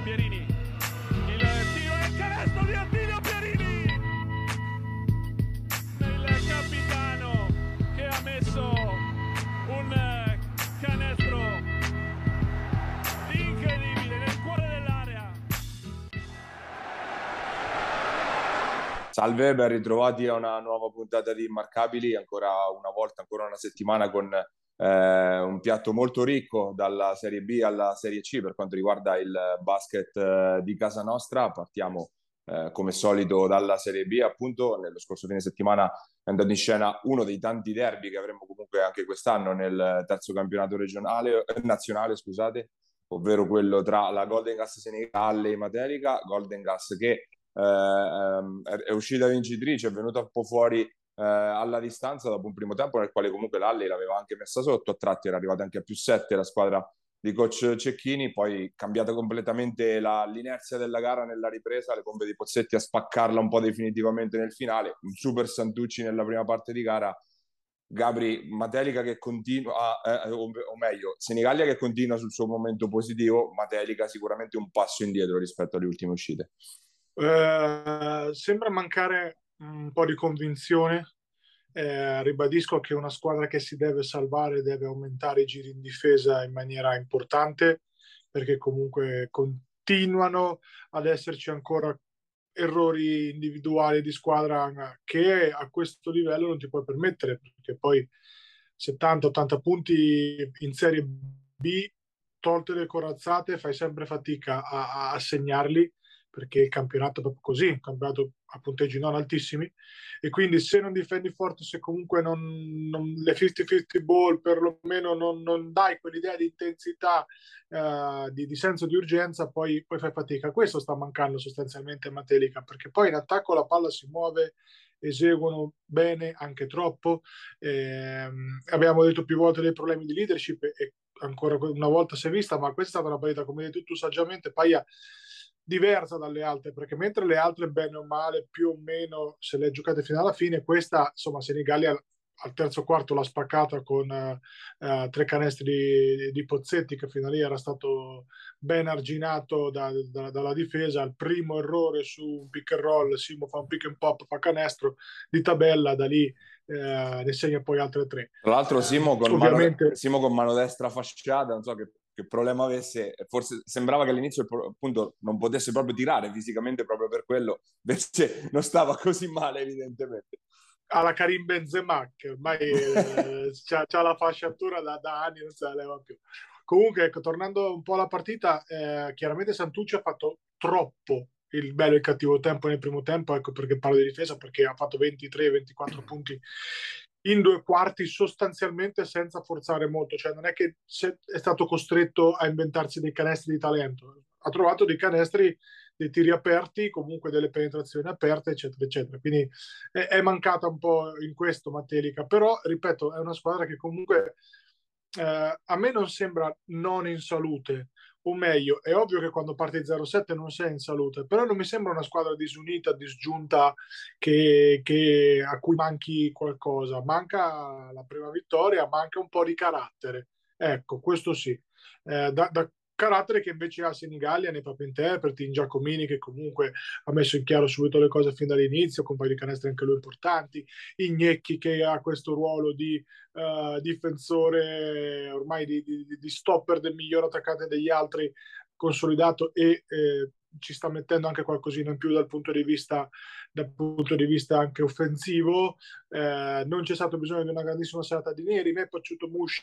Pierini, il tiro e il canestro di Attilio Pierini, il capitano che ha messo un canestro incredibile nel cuore dell'area. Salve, ben ritrovati a una nuova puntata di Immarcabili, ancora una volta, ancora una settimana con un piatto molto ricco dalla Serie B alla Serie C per quanto riguarda il basket di casa nostra. Partiamo come solito dalla Serie B, appunto. Nello scorso fine settimana è andato in scena uno dei tanti derby che avremo comunque anche quest'anno nel terzo campionato regionale, nazionale, scusate, ovvero quello tra la Golden Gas Senigallia e Matelica. Golden Gas che è uscita vincitrice, è venuta un po' fuori alla distanza dopo un primo tempo nel quale comunque l'Alli l'aveva anche messa sotto, a tratti era arrivata anche a +7 la squadra di coach Cecchini, poi cambiata completamente l'inerzia della gara nella ripresa, le bombe di Pozzetti a spaccarla un po' definitivamente nel finale, un super Santucci nella prima parte di gara. Gabri, Matelica che continua, o meglio, Senigallia che continua sul suo momento positivo, Matelica sicuramente un passo indietro rispetto alle ultime uscite. Sembra mancare un po' di convinzione. Ribadisco che una squadra che si deve salvare deve aumentare i giri in difesa in maniera importante, perché comunque continuano ad esserci ancora errori individuali di squadra che a questo livello non ti puoi permettere, perché poi 70-80 punti in Serie B, tolte le corazzate, fai sempre fatica a segnarli, perché il campionato è proprio così, un campionato a punteggi non altissimi, e quindi se non difendi forte, se comunque le 50-50 ball perlomeno non dai quell'idea di intensità, di senso di urgenza, poi fai fatica. Questo sta mancando sostanzialmente a Matelica, perché poi in attacco la palla si muove, eseguono bene, anche troppo. Abbiamo detto più volte dei problemi di leadership e ancora una volta si è vista, ma questa è stata una partita, come hai detto tu saggiamente, Paia, diversa dalle altre, perché mentre le altre bene o male più o meno se le giocate fino alla fine, questa insomma Senigallia al terzo quarto l'ha spaccata con 3 canestri di Pozzetti, che fino a lì era stato ben arginato dalla difesa. Al primo errore su un pick and roll, Simo fa un pick and pop, fa canestro di tabella, da lì ne segna poi altre 3. Tra l'altro Ovviamente Simo con mano destra fasciata, non so che problema avesse, forse sembrava che all'inizio appunto non potesse proprio tirare fisicamente proprio per quello, invece non stava così male evidentemente. alla Karim Benzema, che ormai c'ha la fasciatura da anni, non se la leva più. Comunque, ecco, tornando un po' alla partita, chiaramente Santucci ha fatto troppo il bello e il cattivo tempo nel primo tempo, ecco perché parlo di difesa, perché ha fatto 23-24 punti in 2 quarti sostanzialmente senza forzare molto, cioè non è che è stato costretto a inventarsi dei canestri di talento, ha trovato dei canestri, dei tiri aperti, comunque delle penetrazioni aperte, eccetera, eccetera. Quindi è mancata un po' in questo Matelica, però ripeto, è una squadra che comunque a me non sembra non in salute, o meglio, è ovvio che quando parti 0-7 non sei in salute, però non mi sembra una squadra disunita, disgiunta, a cui manchi qualcosa. Manca la prima vittoria, manca un po' di carattere. Ecco, questo sì. Da carattere che invece ha Senigallia nei propri interpreti, in Giacomini, che comunque ha messo in chiaro subito le cose fin dall'inizio, con un paio di canestri anche lui importanti, Ignecchi che ha questo ruolo di difensore, ormai di stopper del miglior attaccante degli altri, consolidato, e ci sta mettendo anche qualcosina in più dal punto di vista anche offensivo. Non c'è stato bisogno di una grandissima serata di Neri, mi è piaciuto Mushi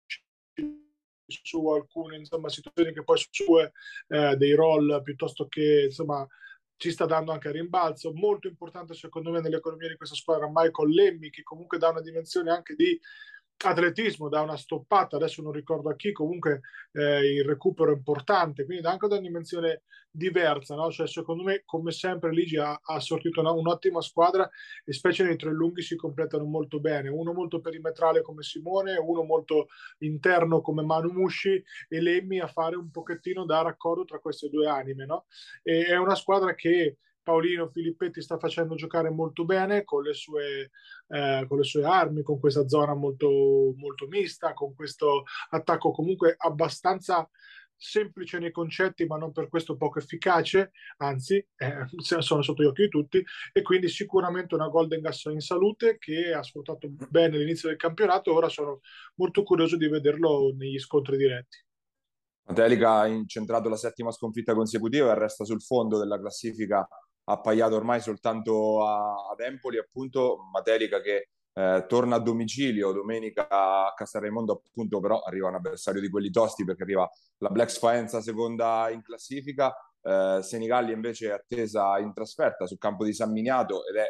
su alcune insomma situazioni, che poi su sue dei roll, piuttosto che insomma ci sta dando anche a rimbalzo. Molto importante secondo me nell'economia di questa squadra Michael Lemmy, che comunque dà una dimensione anche di atletismo, dà una stoppata, adesso non ricordo a chi, comunque il recupero è importante, quindi dà anche una dimensione diversa, no? Cioè, secondo me, come sempre, Ligi ha sortito un'ottima squadra, e specie nei tre lunghi si completano molto bene, uno molto perimetrale come Simone, uno molto interno come Manu Musci, e Lemmy a fare un pochettino da raccordo tra queste due anime, no? E è una squadra che Paolino Filippetti sta facendo giocare molto bene con le sue armi, con questa zona molto, molto mista, con questo attacco comunque abbastanza semplice nei concetti ma non per questo poco efficace, anzi sono sotto gli occhi di tutti, e quindi sicuramente una Golden in salute che ha sfruttato bene l'inizio del campionato. Ora sono molto curioso di vederlo negli scontri diretti. Matelica ha incentrato la 7ª sconfitta consecutiva e resta sul fondo della classifica, appaiato ormai soltanto ad Empoli, appunto. Matelica che torna a domicilio domenica a Castelraimondo, appunto, però arriva un avversario di quelli tosti perché arriva la Black Faenza seconda in classifica. Senigallia invece è attesa in trasferta sul campo di San Miniato ed è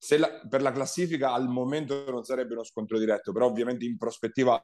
per la classifica al momento non sarebbe uno scontro diretto, però ovviamente in prospettiva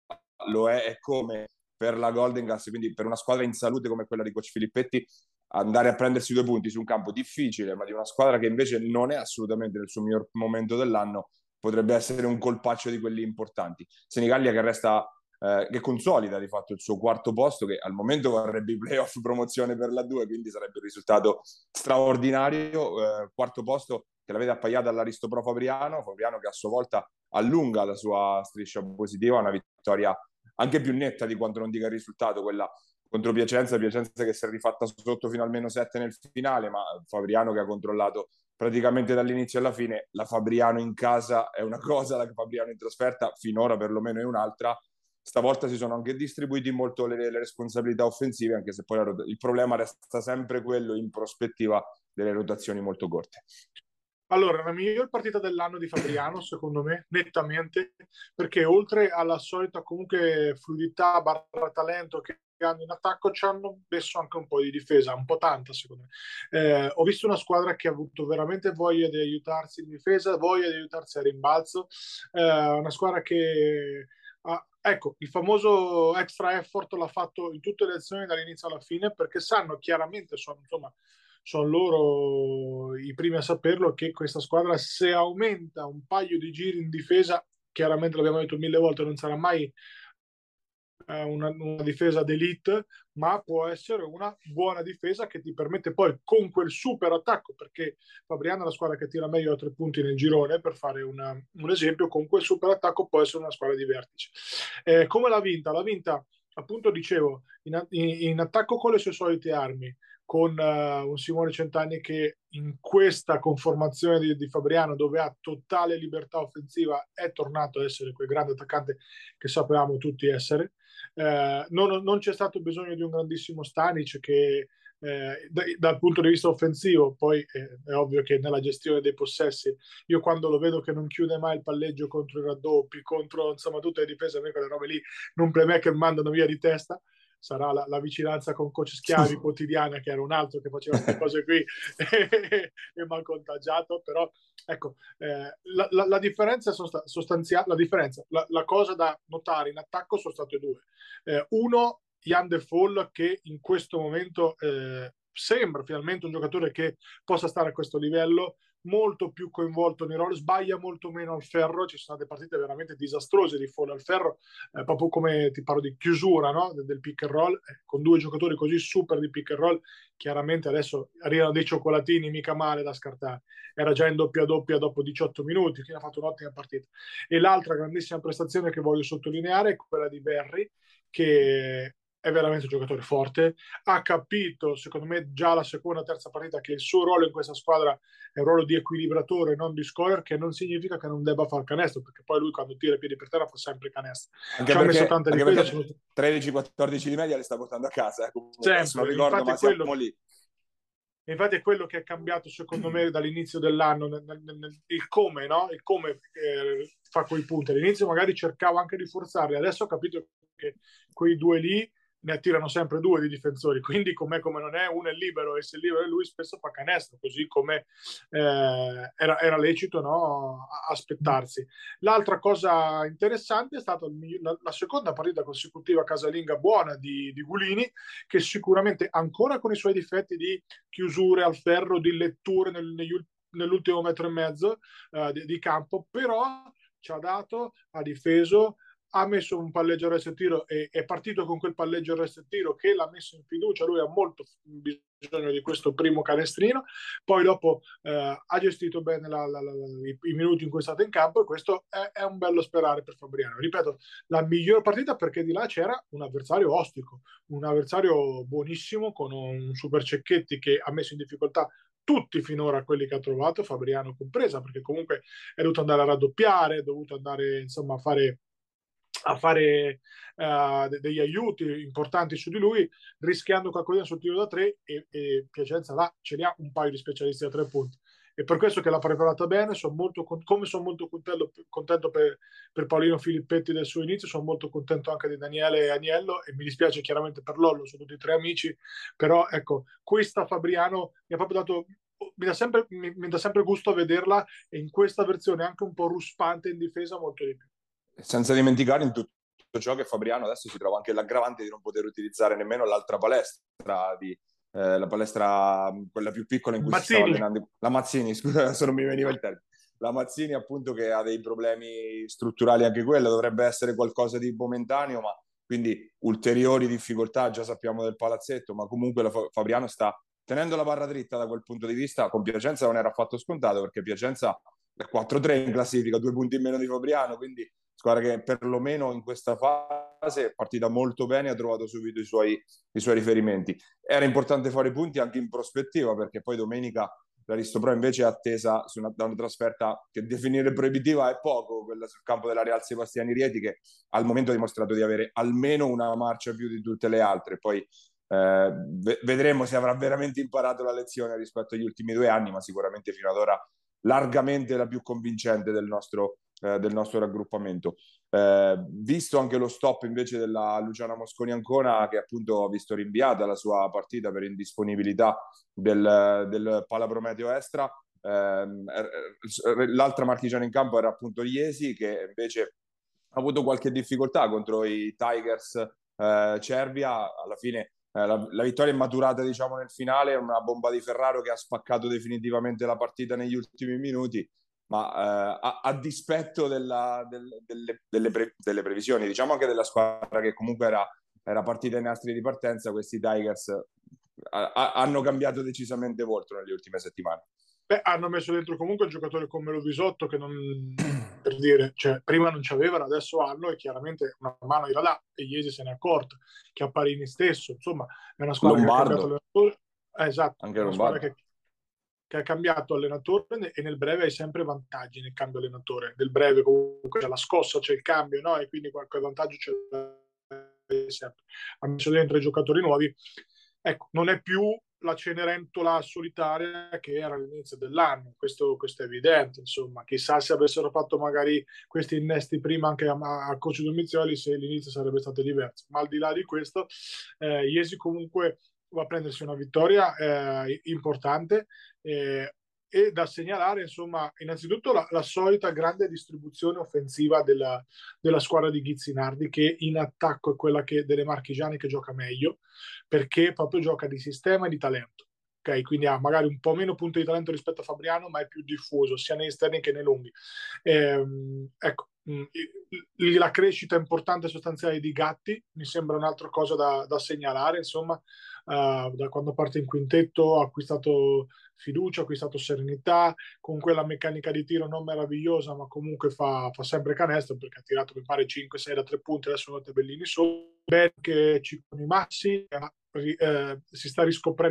lo è come per la Golden Gas, quindi per una squadra in salute come quella di Coach Filippetti, andare a prendersi 2 punti su un campo difficile, ma di una squadra che invece non è assolutamente nel suo miglior momento dell'anno, potrebbe essere un colpaccio di quelli importanti. Senigallia che resta, che consolida di fatto il suo 4º posto, che al momento vorrebbe i playoff promozione per la 2, quindi sarebbe un risultato straordinario. 4º posto che la vede appaiata all'Aristopro Fabriano che a sua volta allunga la sua striscia positiva, una vittoria anche più netta di quanto non dica il risultato, quella contro Piacenza che si è rifatta sotto fino al -7 nel finale, ma Fabriano che ha controllato praticamente dall'inizio alla fine. La Fabriano in casa è una cosa, la Fabriano in trasferta finora perlomeno è un'altra. Stavolta si sono anche distribuiti molto le responsabilità offensive, anche se poi il problema resta sempre quello in prospettiva delle rotazioni molto corte. Allora, la miglior partita dell'anno di Fabriano, secondo me, nettamente, perché oltre alla solita comunque fluidità barra talento che hanno in attacco, ci hanno messo anche un po' di difesa, un po' tanta secondo me. Ho visto una squadra che ha avuto veramente voglia di aiutarsi in difesa, voglia di aiutarsi a rimbalzo, una squadra che... ecco, il famoso extra effort l'ha fatto in tutte le azioni dall'inizio alla fine, perché sanno chiaramente, sono loro i primi a saperlo, che questa squadra, se aumenta un paio di giri in difesa, chiaramente l'abbiamo detto 1000 volte, non sarà mai una difesa d'elite, ma può essere una buona difesa che ti permette poi con quel super attacco, perché Fabriano è la squadra che tira meglio a 3 punti nel girone, per fare un esempio, con quel super attacco può essere una squadra di vertice. Come l'ha vinta? L'ha vinta, appunto dicevo, in attacco con le sue solite armi, con un Simone Centanni che in questa conformazione di Fabriano, dove ha totale libertà offensiva, è tornato a essere quel grande attaccante che sapevamo tutti essere. Non c'è stato bisogno di un grandissimo Stanic che dal punto di vista offensivo, poi è ovvio che nella gestione dei possessi, io quando lo vedo che non chiude mai il palleggio contro i raddoppi, contro insomma tutte le difese, a me quelle robe lì non playmaker mandano via di testa. Sarà la vicinanza con Coach Schiavi quotidiana, che era un altro che faceva queste cose qui e mi ha contagiato, però ecco, la differenza sostanziale, la cosa da notare in attacco sono state due. Uno, Jan De Fall, che in questo momento sembra finalmente un giocatore che possa stare a questo livello, molto più coinvolto nei ruoli, sbaglia molto meno al ferro. Ci sono state partite veramente disastrose di Fall al ferro, proprio come ti parlo di chiusura, no? del pick and roll, con 2 giocatori così super di pick and roll. Chiaramente adesso arrivano dei cioccolatini mica male da scartare, era già in doppia doppia dopo 18 minuti, quindi ha fatto un'ottima partita. E l'altra grandissima prestazione che voglio sottolineare è quella di Berry, che è veramente un giocatore forte, ha capito, secondo me, già la seconda o terza partita, che il suo ruolo in questa squadra è un ruolo di equilibratore, non di scorer, che non significa che non debba far canestro, perché poi lui quando tira i piedi per terra fa sempre canestro. Anche Ci ha messo perché, tanta anche difesa. perché 13-14 di media le sta portando a casa, comunque, se non Sempre, ricordo, ma siamo lì. Infatti è quello che è cambiato secondo me dall'inizio dell'anno, il come, no? Il come fa quei punti. All'inizio magari cercava anche di forzarli, adesso ho capito che quei 2 lì ne attirano sempre 2 di difensori, quindi com'è come non è, uno è libero e se libero è lui spesso fa canestro, così come era lecito, no? Aspettarsi. L'altra cosa interessante è stata la seconda partita consecutiva casalinga buona di Gulini, che sicuramente ancora con i suoi difetti di chiusure al ferro, di letture nell'ultimo metro e mezzo di campo, però ci ha dato, ha difeso, ha messo un palleggio a restio e tiro e è partito con quel palleggio a restio e tiro che l'ha messo in fiducia. Lui ha molto bisogno di questo primo canestrino, poi dopo ha gestito bene i minuti in cui è stato in campo, e questo è un bello sperare per Fabriano. Ripeto, la miglior partita perché di là c'era un avversario ostico, un avversario buonissimo con un Super Cecchetti che ha messo in difficoltà tutti finora quelli che ha trovato, Fabriano compresa, perché comunque è dovuto andare a raddoppiare, è dovuto andare insomma a fare degli aiuti importanti su di lui, rischiando qualcosa sul tiro da tre, e Piacenza là ce li ha un paio di specialisti a 3 punti. E per questo che l'ha preparata bene, come sono molto contento per Paolino Filippetti del suo inizio, sono molto contento anche di Daniele Agnello, e mi dispiace chiaramente per Lollo, sono tutti 3 amici, però ecco, questa Fabriano mi ha proprio dato, mi dà sempre gusto a vederla, e in questa versione anche un po' ruspante in difesa molto di più. Senza dimenticare in tutto ciò che Fabriano adesso si trova anche l'aggravante di non poter utilizzare nemmeno l'altra palestra, la palestra quella più piccola in cui si stava allenando, la Mazzini, scusa, adesso non mi veniva il termine, la Mazzini appunto, che ha dei problemi strutturali anche quella, dovrebbe essere qualcosa di momentaneo, ma quindi ulteriori difficoltà, già sappiamo del palazzetto, ma comunque Fabriano sta tenendo la barra dritta da quel punto di vista. Con Piacenza non era affatto scontato, perché Piacenza è 4-3 in classifica, 2 punti in meno di Fabriano, quindi squadra che perlomeno in questa fase è partita molto bene, ha trovato subito i suoi riferimenti. Era importante fare i punti anche in prospettiva, perché poi domenica l'Aristopro invece è attesa da una trasferta che definire proibitiva è poco, quella sul campo della Real Sebastiani Rieti, che al momento ha dimostrato di avere almeno una marcia più di tutte le altre. Poi vedremo se avrà veramente imparato la lezione rispetto agli ultimi 2 anni, ma sicuramente fino ad ora largamente la più convincente del nostro raggruppamento. Visto anche lo stop invece della Luciana Mosconi Ancona, che appunto ha visto rinviata la sua partita per indisponibilità del Palaprometeo Estra, l'altra marchigiana in campo era appunto Iesi, che invece ha avuto qualche difficoltà contro i Tigers Cervia. Alla fine la vittoria è maturata, diciamo, nel finale, una bomba di Ferraro che ha spaccato definitivamente la partita negli ultimi minuti, ma a dispetto delle previsioni, diciamo anche della squadra che comunque era partita ai nastri di partenza, questi Tigers hanno cambiato decisamente volto nelle ultime settimane. Beh, hanno messo dentro comunque un giocatore come Lovisotto che non, per dire, cioè, prima non ci avevano, adesso hanno, e chiaramente una mano era là, e Iesi se ne è accorto, che Apparini stesso, insomma, è una squadra Lombardo. che ha cambiato allenatore. Esatto, anche è una Lombardo. squadra che ha cambiato allenatore, e nel breve hai sempre vantaggi nel cambio allenatore. Nel breve comunque c'è la scossa, c'è il cambio, no? E quindi qualche vantaggio c'è sempre. Ha messo dentro i giocatori nuovi. Ecco, non è più la Cenerentola solitaria che era all'inizio dell'anno, questo è evidente, insomma. Chissà se avessero fatto magari questi innesti prima anche a Coach Domizioli, se l'inizio sarebbe stato diverso. Ma al di là di questo, Iesi comunque va a prendersi una vittoria importante, e da segnalare, insomma, innanzitutto la solita grande distribuzione offensiva della squadra di Ghizzinardi, che in attacco è quella delle marchigiane che gioca meglio, perché proprio gioca di sistema e di talento. Okay? Quindi ha magari un po' meno punti di talento rispetto a Fabriano, ma è più diffuso sia negli esterni che nei lunghi. Ecco, la crescita importante sostanziale di Gatti mi sembra un'altra cosa da segnalare, insomma. Da quando parte in quintetto ha acquistato fiducia, ha acquistato serenità, con quella meccanica di tiro non meravigliosa, ma comunque fa sempre canestro, perché ha tirato, mi pare, 5-6 da 3 punti, adesso sono tabellini solo. Bene che Ciccone Massi si sta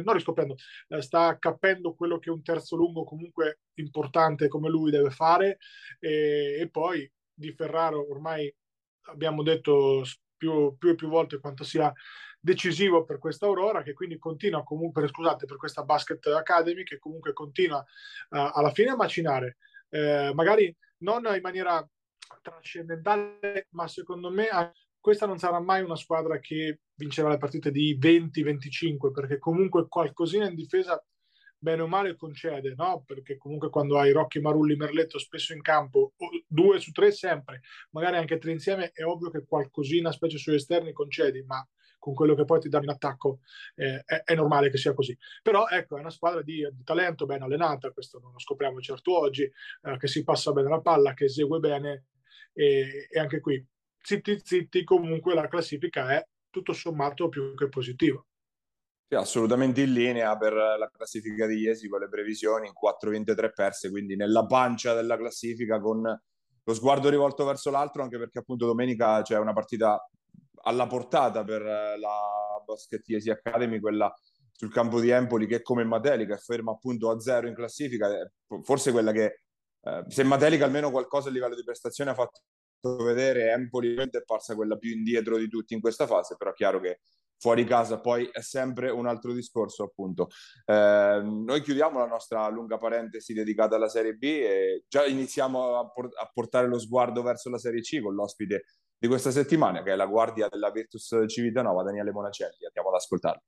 sta capendo quello che un terzo lungo comunque importante come lui deve fare, e poi di Ferraro ormai abbiamo detto più e più volte quanto sia decisivo per questa Aurora, che quindi continua comunque, scusate, per questa Basket Academy, che comunque continua alla fine a macinare, magari non in maniera trascendentale, ma secondo me questa non sarà mai una squadra che vincerà le partite di 20-25, perché comunque qualcosina in difesa bene o male concede, no? Perché comunque quando hai Rocchi, Marulli, Merletto spesso in campo, 2 su 3 sempre, magari anche 3 insieme, è ovvio che qualcosina, specie sugli esterni, concedi, ma con quello che poi ti danno in attacco è normale che sia così. Però ecco, è una squadra di talento, ben allenata, questo non lo scopriamo certo oggi, che si passa bene la palla, che esegue bene, e anche qui zitti zitti comunque la classifica è tutto sommato più che positiva. Sì, assolutamente in linea per la classifica di Iesi con le previsioni, 4 vinte, 3 perse, quindi nella pancia della classifica con lo sguardo rivolto verso l'altro, anche perché appunto domenica c'è una partita alla portata per la Basket Iesi Academy, quella sul campo di Empoli, che è come Matelica, è ferma appunto a 0 in classifica, è forse quella che, se Matelica almeno qualcosa a livello di prestazione ha fatto vedere, Empoli è parsa quella più indietro di tutti in questa fase, però è chiaro che fuori casa poi è sempre un altro discorso, appunto. Noi chiudiamo la nostra lunga parentesi dedicata alla Serie B e già iniziamo a portare lo sguardo verso la Serie C con l'ospite di questa settimana, che è la guardia della Virtus Civitanova, Daniele Monacelli. Andiamo ad ascoltarlo.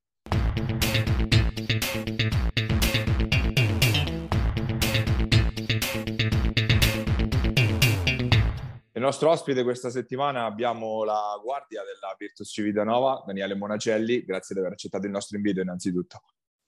Il nostro ospite questa settimana abbiamo la guardia della Virtus Civitanova, Daniele Monacelli. Grazie di aver accettato il nostro invito innanzitutto.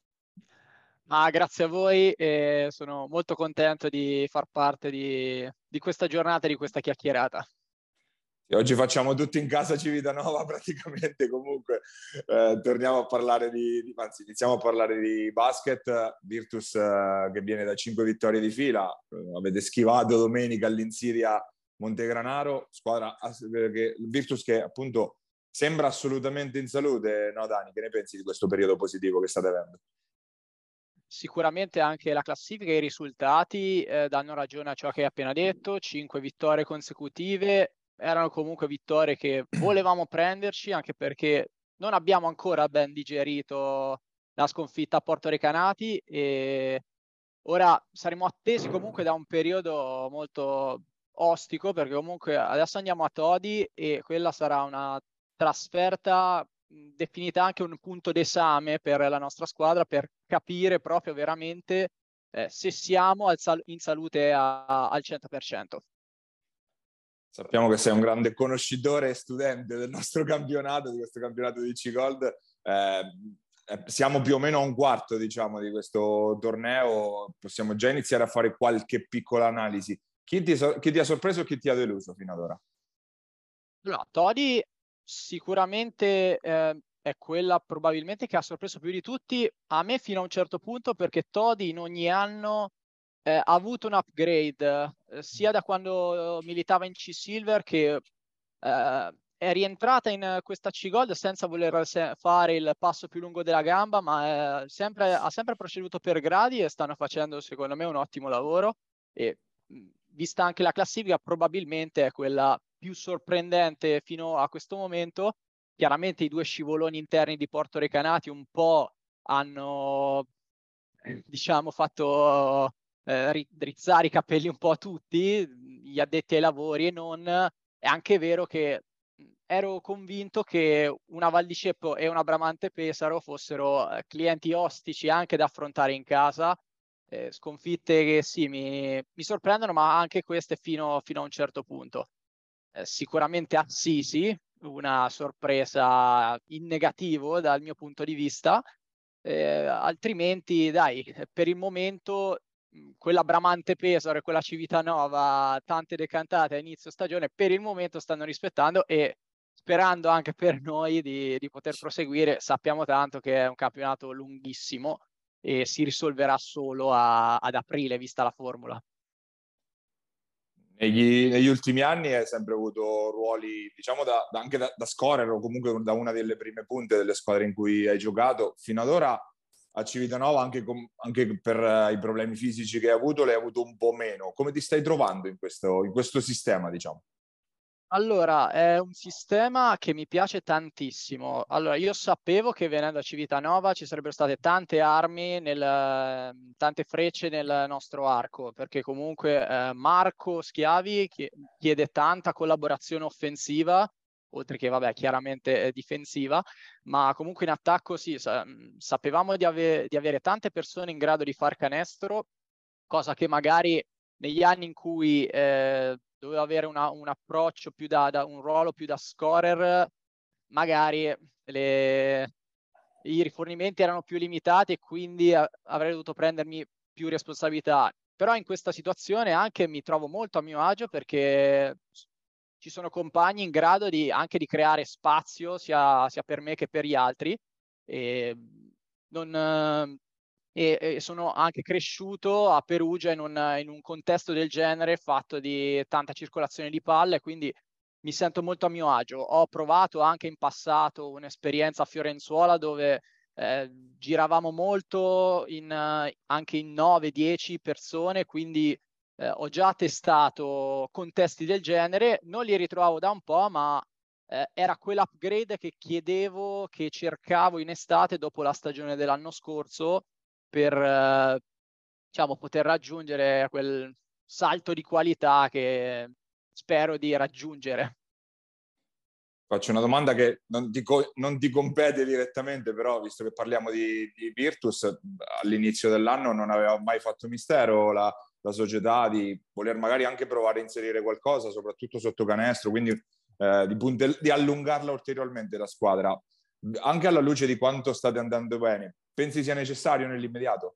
Grazie a voi e sono molto contento di far parte di questa giornata e di questa chiacchierata. E oggi facciamo tutto in casa Civitanova praticamente, comunque torniamo a parlare anzi iniziamo a parlare di basket. Virtus che viene da 5 vittorie di fila, avete schivato domenica all'Insidia Montegranaro, squadra Virtus che appunto sembra assolutamente in salute, no Dani? Che ne pensi di questo periodo positivo che state avendo? Sicuramente anche la classifica e i risultati danno ragione a ciò che hai appena detto. 5 vittorie consecutive, erano comunque vittorie che volevamo prenderci, anche perché non abbiamo ancora ben digerito la sconfitta a Porto Recanati e ora saremo attesi comunque da un periodo molto ostico, perché comunque adesso andiamo a Todi e quella sarà una trasferta definita anche un punto d'esame per la nostra squadra, per capire proprio veramente se siamo in salute al 100%. Sappiamo che sei un grande conoscitore e studente del nostro campionato, di questo campionato di C-Gold. Siamo più o meno a un quarto, diciamo, di questo torneo. Possiamo già iniziare a fare qualche piccola analisi. Chi ti ha sorpreso e chi ti ha deluso fino ad ora? Allora, Todi sicuramente è quella probabilmente che ha sorpreso più di tutti, a me fino a un certo punto, perché Todi in ogni anno ha avuto un upgrade, sia da quando militava in C-Silver che è rientrata in questa C-Gold senza voler fare il passo più lungo della gamba, ma ha sempre proceduto per gradi e stanno facendo secondo me un ottimo lavoro e vista anche la classifica probabilmente è quella più sorprendente fino a questo momento. Chiaramente i 2 scivoloni interni di Porto Recanati un po' hanno diciamo fatto drizzare i capelli un po' a tutti, gli addetti ai lavori e non. È anche vero che ero convinto che una Val di Ceppo e una Bramante Pesaro fossero clienti ostici anche da affrontare in casa, sconfitte che sì, mi sorprendono, ma anche queste fino a un certo punto. Sicuramente Assisi, una sorpresa in negativo dal mio punto di vista, altrimenti dai, per il momento quella Bramante Pesaro e quella Civitanova, tante decantate a inizio stagione, per il momento stanno rispettando e sperando anche per noi di poter proseguire. Sappiamo tanto che è un campionato lunghissimo e si risolverà solo ad aprile, vista la formula. Negli ultimi anni hai sempre avuto ruoli, diciamo, anche da scorer o comunque da una delle prime punte delle squadre in cui hai giocato. Fino ad ora a Civitanova, anche per i problemi fisici che hai avuto, l'hai avuto un po' meno. Come ti stai trovando in questo sistema, diciamo? Allora, è un sistema che mi piace tantissimo. Allora, io sapevo che venendo a Civitanova ci sarebbero state tante armi, tante frecce nel nostro arco, perché comunque Marco Schiavi chiede tanta collaborazione offensiva, oltre che, vabbè, chiaramente difensiva, ma comunque in attacco sì, sapevamo di avere tante persone in grado di far canestro, cosa che magari negli anni in cui doveva avere un approccio più un ruolo più da scorer, magari i rifornimenti erano più limitati e quindi avrei dovuto prendermi più responsabilità. Però in questa situazione anche mi trovo molto a mio agio perché ci sono compagni in grado anche di creare spazio sia per me che per gli altri. E, e sono anche cresciuto a Perugia in un contesto del genere, fatto di tanta circolazione di palle, quindi mi sento molto a mio agio. Ho provato anche in passato un'esperienza a Fiorenzuola dove giravamo molto anche in 9-10 persone, quindi ho già testato contesti del genere, non li ritrovavo da un po', ma era quell'upgrade che chiedevo, che cercavo in estate dopo la stagione dell'anno scorso per diciamo, poter raggiungere quel salto di qualità che spero di raggiungere. Faccio una domanda che non ti compete direttamente, però visto che parliamo di Virtus, all'inizio dell'anno non aveva mai fatto mistero la società di voler magari anche provare a inserire qualcosa, soprattutto sotto canestro, quindi di allungarla ulteriormente la squadra. Anche alla luce di quanto state andando bene, pensi sia necessario nell'immediato?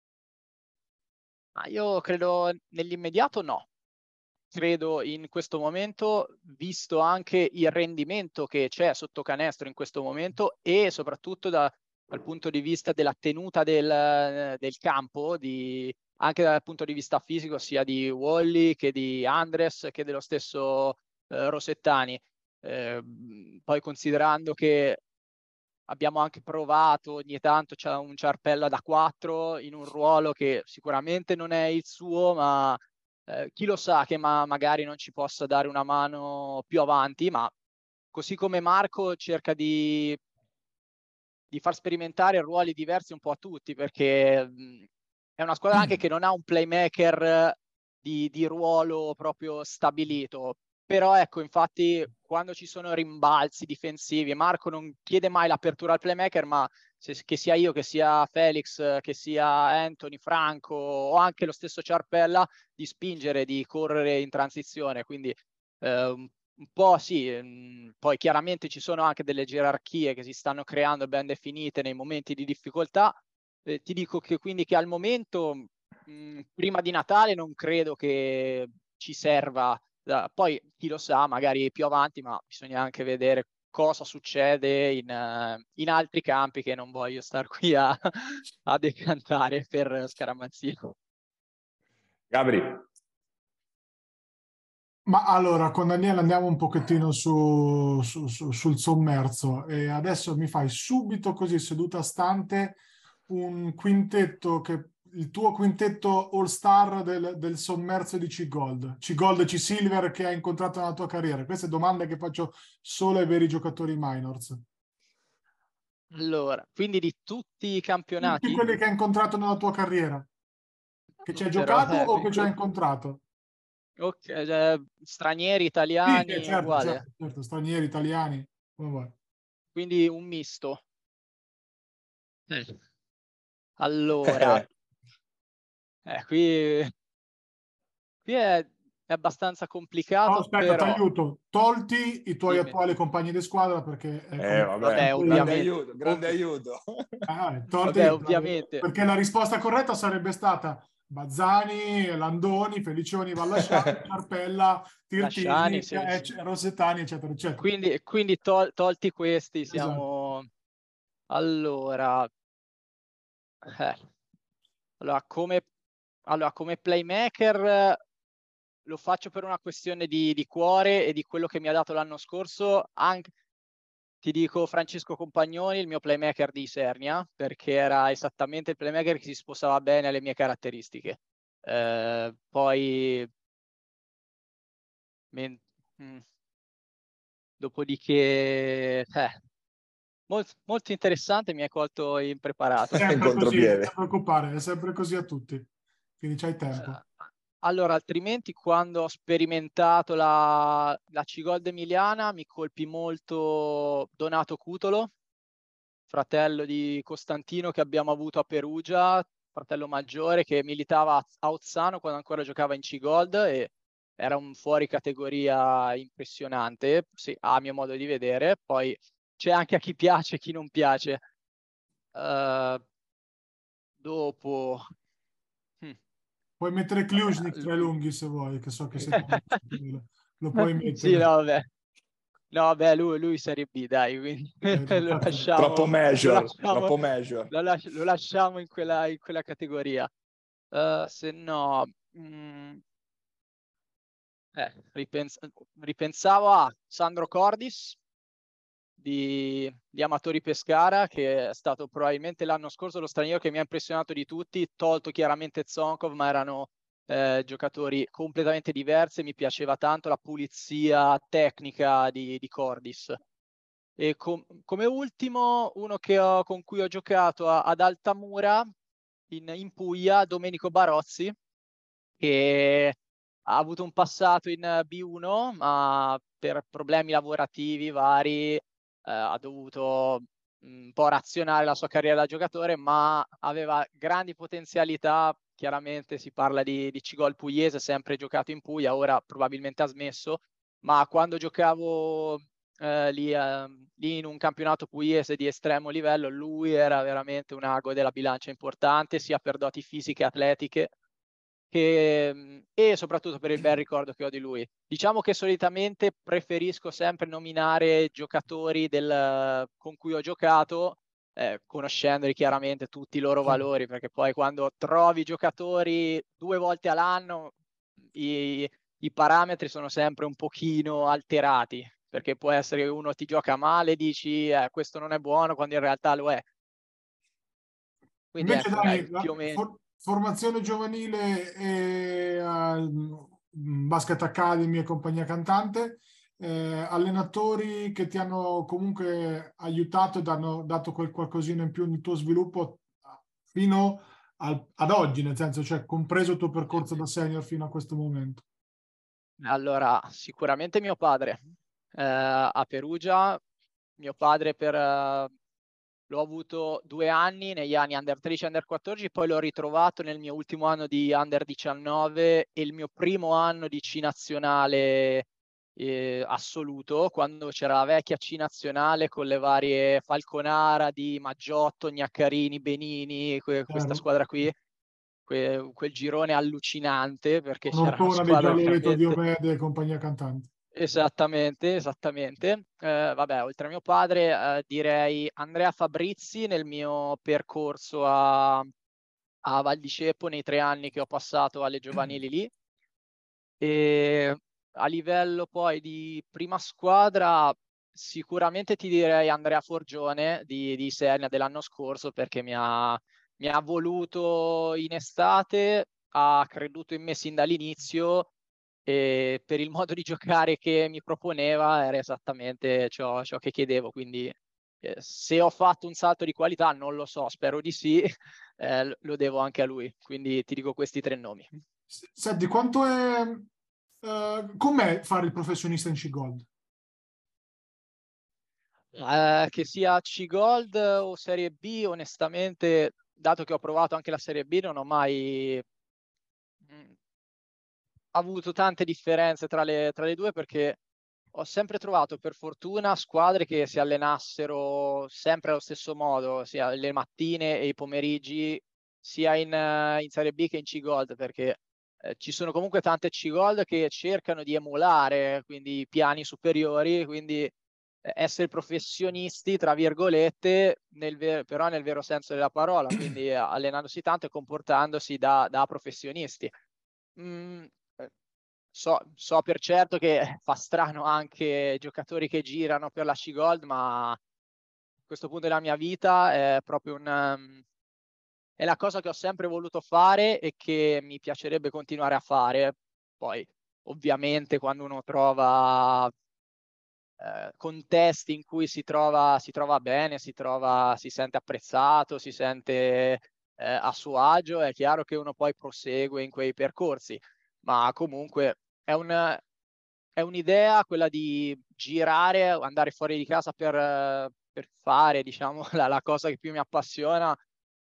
Io credo nell'immediato no. Credo in questo momento, visto anche il rendimento che c'è sotto canestro in questo momento e soprattutto dal punto di vista della tenuta del campo, anche dal punto di vista fisico, sia di Wally che di Andres che dello stesso Rosettani. Poi considerando che abbiamo anche provato ogni tanto, c'è un Ciarpella da 4 in un ruolo che sicuramente non è il suo, ma chi lo sa che magari non ci possa dare una mano più avanti, ma così come Marco cerca di far sperimentare ruoli diversi un po' a tutti, perché è una squadra anche che non ha un playmaker di ruolo proprio stabilito. Però ecco, infatti, quando ci sono rimbalzi difensivi, Marco non chiede mai l'apertura al playmaker, ma che sia io, che sia Felix, che sia Anthony, Franco o anche lo stesso Ciarpella, di spingere, di correre in transizione. Quindi un po' sì, poi chiaramente ci sono anche delle gerarchie che si stanno creando ben definite nei momenti di difficoltà. Ti dico che quindi che al momento, prima di Natale, non credo che ci serva. Poi chi lo sa, magari più avanti, ma bisogna anche vedere cosa succede in altri campi che non voglio star qui a decantare per scaramanzino. Gabri. Ma allora, con Daniele andiamo un pochettino sul sommerso e adesso mi fai subito così seduta stante un quintetto, il tuo quintetto all-star del sommerso di C-Gold, C-Gold e C-Silver che hai incontrato nella tua carriera. Queste domande che faccio solo ai veri giocatori minors. Allora, quindi di tutti i Tutti campionati? quelli che hai incontrato nella tua carriera, che ci hai Però, giocato o che ci hai incontrato? stranieri, Sì, italiani, certo, uguale. certo, certo, stranieri, italiani, come vuoi. Quindi un misto. Allora, qui è abbastanza Oh, complicato, aspetta, ti però aiuto. Tolti i tuoi dimmi. attuali compagni di squadra perché come Vabbè, Vabbè, poi, ovviamente. grande aiuto. tolti, Vabbè, ovviamente. perché la risposta corretta sarebbe stata Bazzani, Landoni, Felicioni, Vallasciani, Ciarpella, Lasciani, Tirtini, sì, sì. Rosettani, eccetera, eccetera. Quindi tolti questi, Esatto. siamo... Allora, eh, allora, come playmaker lo faccio per una questione di cuore e di quello che mi ha dato l'anno scorso. Anche, ti dico Francesco Compagnoni, il mio playmaker di Isernia, perché era esattamente il playmaker che si sposava bene alle mie caratteristiche. Poi, men- mm, dopodiché, molto interessante, mi hai colto impreparato. In Sempre così, non ti contropiede. preoccupare, è sempre così a tutti. Quindi c'hai tempo. Allora, altrimenti quando ho sperimentato la C-Gold emiliana mi colpì molto Donato Cutolo, fratello di Costantino che abbiamo avuto a Perugia, fratello maggiore che militava a Ozzano quando ancora giocava in C-Gold e era un fuori categoria impressionante, sì, a mio modo di vedere. Poi c'è anche a chi piace e chi non piace. Dopo... Puoi mettere Kljusnik Vabbè, tra i lunghi se vuoi, che so che sei lo puoi mettere. Sì, no, vabbè. No, vabbè, lui Serie B, dai, quindi lo lasciamo, Troppo major, lo lasciamo, troppo major. lo lasciamo in quella categoria. Se no, ripensavo a Sandro Cordis di Amatori Pescara, che è stato probabilmente l'anno scorso lo straniero che mi ha impressionato di tutti, tolto chiaramente Zonkov, ma erano giocatori completamente diversi. Mi piaceva tanto la pulizia tecnica di Cordis. E come ultimo, uno con cui ho giocato ad Altamura in Puglia, Domenico Barozzi, che ha avuto un passato in B1, ma per problemi lavorativi vari ha dovuto un po' razionare la sua carriera da giocatore, ma aveva grandi potenzialità. Chiaramente si parla di Cigol pugliese, sempre giocato in Puglia, ora probabilmente ha smesso, ma quando giocavo lì in un campionato pugliese di estremo livello, lui era veramente un ago della bilancia importante, sia per doti fisiche e atletiche, e soprattutto per il bel ricordo che ho di lui. Diciamo che solitamente preferisco sempre nominare giocatori con cui ho giocato, conoscendoli chiaramente tutti i loro valori, perché poi quando trovi giocatori 2 volte all'anno i parametri sono sempre un pochino alterati, perché può essere che uno ti gioca male e dici questo non è buono, quando in realtà lo è. Quindi Invece ecco, Dani, più o meno. formazione giovanile e Basket Academy e compagnia cantante, allenatori che ti hanno comunque aiutato e hanno dato quel qualcosina in più nel tuo sviluppo fino ad oggi, nel senso, cioè compreso il tuo percorso da senior fino a questo momento. Allora, sicuramente mio padre a Perugia. Mio padre l'ho avuto 2 anni, negli anni under 13 e under 14, poi l'ho ritrovato nel mio ultimo anno di under 19 e il mio primo anno di C nazionale assoluto, quando c'era la vecchia C nazionale con le varie Falconara, di Maggiotto, Gnaccarini, Benini, questa squadra qui. Quel girone allucinante, perché c'era una Un'ortona dei squadra Gialloreto veramente... Diomede e compagnia cantante. Esattamente. Vabbè, oltre a mio padre, direi Andrea Fabrizi nel mio percorso a Val di Ceppo, nei 3 anni che ho passato alle giovanili lì. E a livello poi di prima squadra, sicuramente ti direi Andrea Forgione di Isernia dell'anno scorso, perché mi ha voluto in estate, ha creduto in me sin dall'inizio, e per il modo di giocare che mi proponeva era esattamente ciò che chiedevo. Quindi se ho fatto un salto di qualità, non lo so, spero di sì, lo devo anche a lui. Quindi ti dico questi 3 nomi. Senti, quanto è... com'è fare il professionista in C-Gold? Che sia C-Gold o Serie B, onestamente, dato che ho provato anche la Serie B, non ho mai avuto tante differenze tra le due, perché ho sempre trovato, per fortuna, squadre che si allenassero sempre allo stesso modo, sia le mattine e i pomeriggi, sia in Serie B che in C-Gold, perché ci sono comunque tante C-Gold che cercano di emulare quindi i piani superiori, quindi essere professionisti, tra virgolette, però nel vero senso della parola, quindi allenandosi tanto e comportandosi da professionisti. So per certo che fa strano anche giocatori che girano per la C-Gold, ma a questo punto della mia vita è proprio è la cosa che ho sempre voluto fare e che mi piacerebbe continuare a fare. Poi, ovviamente, quando uno trova contesti in cui si trova bene, si sente apprezzato, si sente a suo agio, è chiaro che uno poi prosegue in quei percorsi, ma comunque è un'idea quella di girare, andare fuori di casa per fare, diciamo, la cosa che più mi appassiona.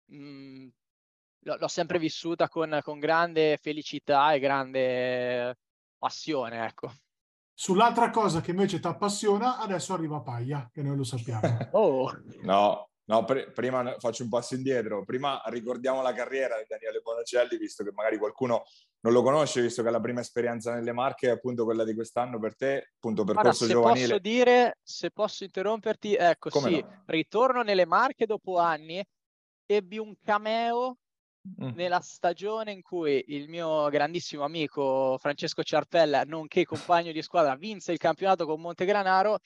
L'ho sempre vissuta con grande felicità e grande passione, ecco. Sull'altra cosa che invece ti appassiona, adesso arriva Paglia, che noi lo sappiamo. Oh, No, No, prima faccio un passo indietro. Prima ricordiamo la carriera di Daniele Bonacelli, visto che magari qualcuno non lo conosce, visto che la prima esperienza nelle Marche è appunto quella di quest'anno per te, appunto percorso se giovanile. posso dire, se posso interromperti, ecco, Come sì, no? ritorno nelle Marche dopo anni, ebbi un cameo nella stagione in cui il mio grandissimo amico Francesco Ciarpella, nonché compagno di squadra, vinse il campionato con Montegranaro.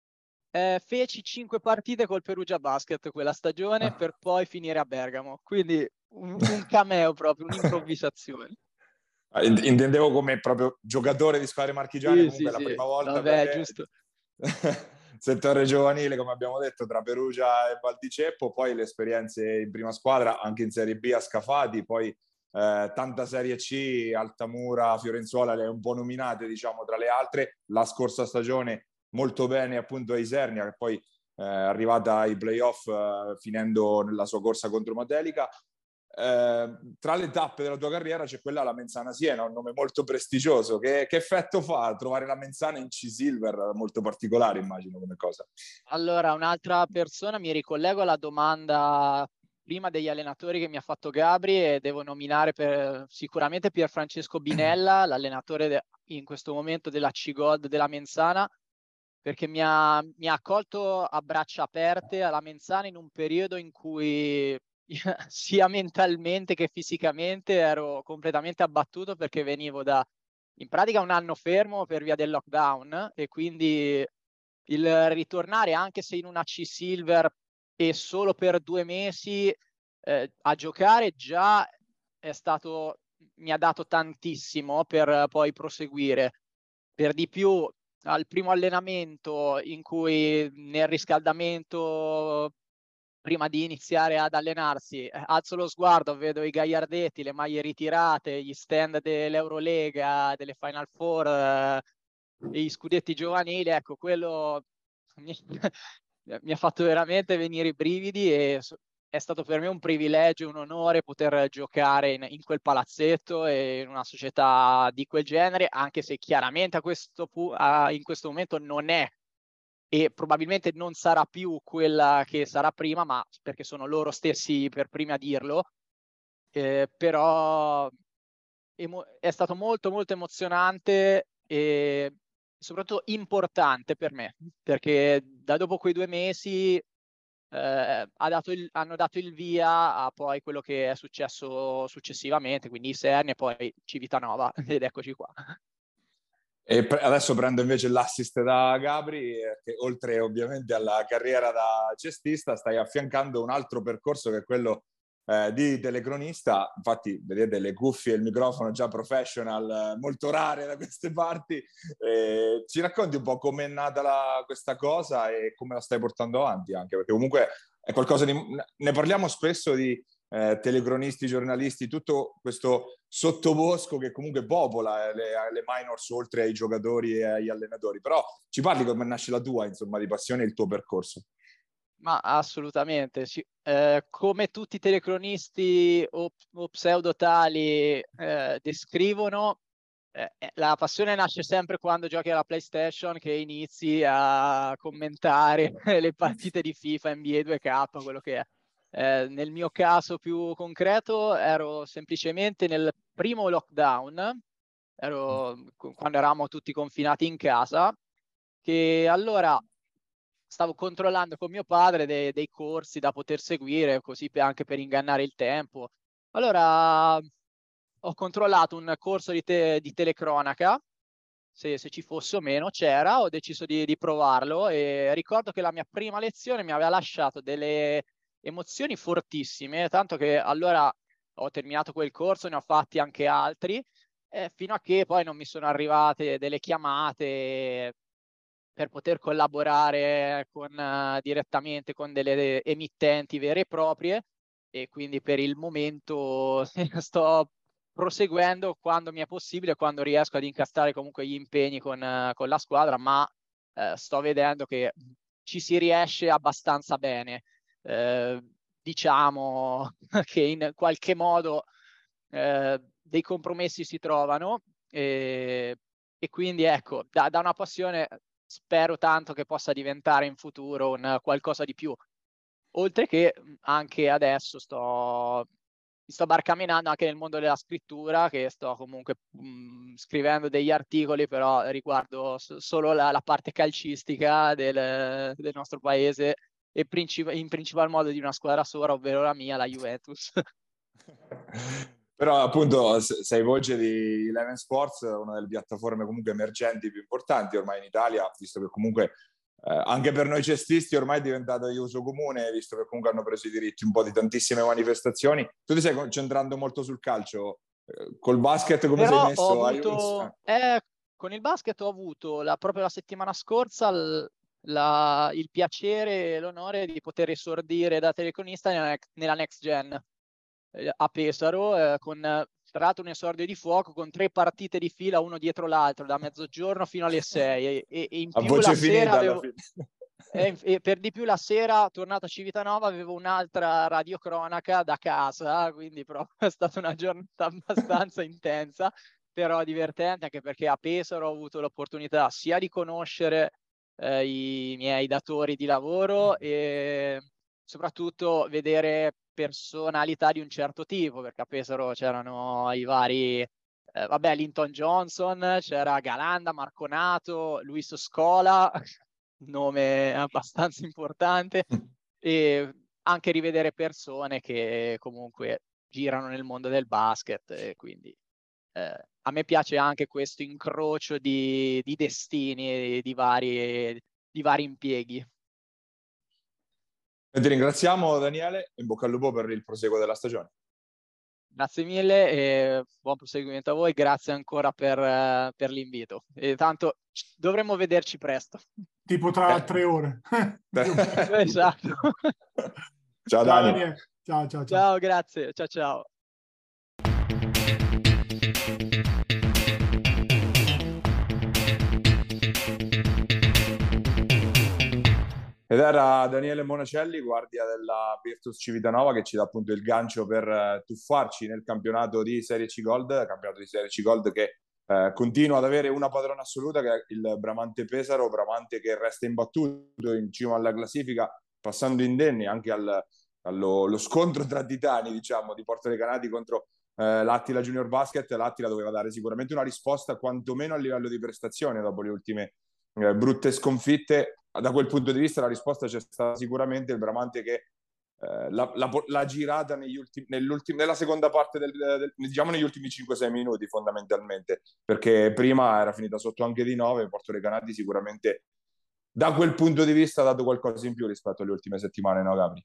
Feci 5 partite col Perugia Basket quella stagione per poi finire a Bergamo, quindi un cameo proprio, un'improvvisazione. Intendevo come proprio giocatore di squadre marchigiane, comunque la prima volta per vabbè, te. giusto. Settore giovanile, come abbiamo detto, tra Perugia e Val di Ceppo, poi le esperienze in prima squadra, anche in Serie B a Scafati, poi tanta Serie C, Altamura, Fiorenzuola, le un po' nominate, diciamo, tra le altre. La scorsa stagione molto bene appunto a Isernia, che poi è arrivata ai playoff finendo nella sua corsa contro Matelica. Tra le tappe della tua carriera c'è quella alla Menzana Siena, un nome molto prestigioso. Che effetto fa trovare la Menzana in C-Silver? Molto particolare, immagino, come cosa. Allora, un'altra persona, mi ricollego alla domanda prima degli allenatori che mi ha fatto Gabri, e devo nominare sicuramente Pierfrancesco Binella, l'allenatore in questo momento della C-Gold della Menzana, perché mi ha accolto a braccia aperte alla Menzana in un periodo in cui sia mentalmente che fisicamente ero completamente abbattuto, perché venivo da in pratica un anno fermo per via del lockdown, e quindi il ritornare, anche se in una C-Silver e solo per 2 mesi a giocare, già mi ha dato tantissimo per poi proseguire. Per di più, al primo allenamento, in cui nel riscaldamento, prima di iniziare ad allenarsi, alzo lo sguardo, vedo i gagliardetti, le maglie ritirate, gli stand dell'Eurolega, delle Final Four, e gli scudetti giovanili, ecco, quello mi ha fatto veramente venire i brividi, e è stato per me un privilegio, un onore poter giocare in quel palazzetto e in una società di quel genere, anche se chiaramente in questo momento non è, e probabilmente non sarà più quella che sarà prima, ma perché sono loro stessi per primi a dirlo. Però è stato molto molto emozionante e soprattutto importante per me, perché da dopo quei 2 mesi hanno dato il via a poi quello che è successo successivamente, quindi Isernia e poi Civitanova, ed eccoci qua. E adesso prendo invece l'assist da Gabri, che oltre ovviamente alla carriera da cestista stai affiancando un altro percorso, che è quello di telecronista. Infatti vedete le cuffie e il microfono già professional, molto rare da queste parti. Ci racconti un po' com'è nata questa cosa e come la stai portando avanti, anche perché comunque è qualcosa di... Ne parliamo spesso di telecronisti, giornalisti, tutto questo sottobosco che comunque popola le minors, oltre ai giocatori e agli allenatori. Però ci parli come nasce la tua, insomma, di passione e il tuo percorso. Ma assolutamente, sì. Come tutti i telecronisti o pseudotali descrivono, la passione nasce sempre quando giochi alla PlayStation, che inizi a commentare le partite di FIFA, NBA 2K, quello che è. Nel mio caso più concreto ero semplicemente nel primo lockdown, quando eravamo tutti confinati in casa, che allora stavo controllando con mio padre dei corsi da poter seguire, così anche per ingannare il tempo. Allora ho controllato un corso di telecronaca, se ci fosse o meno, c'era, ho deciso di provarlo, e ricordo che la mia prima lezione mi aveva lasciato delle emozioni fortissime, tanto che allora ho terminato quel corso, ne ho fatti anche altri, fino a che poi non mi sono arrivate delle chiamate per poter collaborare direttamente con delle emittenti vere e proprie, e quindi per il momento sto proseguendo quando mi è possibile, quando riesco ad incastrare comunque gli impegni con la squadra, ma sto vedendo che ci si riesce abbastanza bene. Diciamo che in qualche modo dei compromessi si trovano, e quindi ecco, da una passione spero tanto che possa diventare in futuro un qualcosa di più. oltre che anche adesso mi sto barcamenando anche nel mondo della scrittura, che sto comunque scrivendo degli articoli, però riguardo solo la parte calcistica del nostro paese e in principal modo di una squadra sola, ovvero la mia, la Juventus. Però appunto sei voce di Eleven Sports, una delle piattaforme comunque emergenti più importanti ormai in Italia, visto che comunque anche per noi cestisti ormai è diventato di uso comune, visto che comunque hanno preso i diritti un po' di tantissime manifestazioni. Tu ti stai concentrando molto sul calcio, col basket come Però sei messo? ho avuto, con il basket ho avuto proprio la settimana scorsa il piacere e l'onore di poter esordire da telecronista nella Next Gen a Pesaro, con tra l'altro un esordio di fuoco con 3 partite di fila uno dietro l'altro da mezzogiorno fino alle 6 e in A più voce la finita sera alla fine. e per di più la sera, tornato a Civitanova, avevo un'altra radiocronaca da casa, quindi proprio è stata una giornata abbastanza intensa, però divertente, anche perché a Pesaro ho avuto l'opportunità sia di conoscere i miei datori di lavoro e soprattutto vedere personalità di un certo tipo, perché a Pesaro c'erano i vari vabbè, Linton Johnson, c'era Galanda, Marconato, Luis Scola, nome abbastanza importante, e anche rivedere persone che comunque girano nel mondo del basket, e quindi a me piace anche questo incrocio di destini, di vari impieghi. E ti ringraziamo Daniele, in bocca al lupo per il proseguo della stagione. Grazie mille e buon proseguimento a voi, grazie ancora per l'invito. E tanto dovremmo vederci presto. Tipo tra 3 ore. Esatto. Ciao Ciao Dani. Daniele. Ciao. Ciao, grazie. Ciao. Ed era Daniele Monacelli, guardia della Virtus Civitanova, che ci dà appunto il gancio per tuffarci nel campionato di Serie C Gold che continua ad avere una padrona assoluta, che è il Bramante Pesaro, Bramante che resta imbattuto in cima alla classifica, passando indenni anche allo scontro tra titani, diciamo, di Porto Recanati contro l'Attila Junior Basket. L'Attila doveva dare sicuramente una risposta, quantomeno a livello di prestazione, dopo le ultime brutte sconfitte. Da quel punto di vista la risposta c'è stata sicuramente, il Bramante che l'ha girata nella seconda parte diciamo negli ultimi 5-6 minuti fondamentalmente, perché prima era finita sotto anche di 9. Porto Recanati sicuramente da quel punto di vista ha dato qualcosa in più rispetto alle ultime settimane, no Gabri?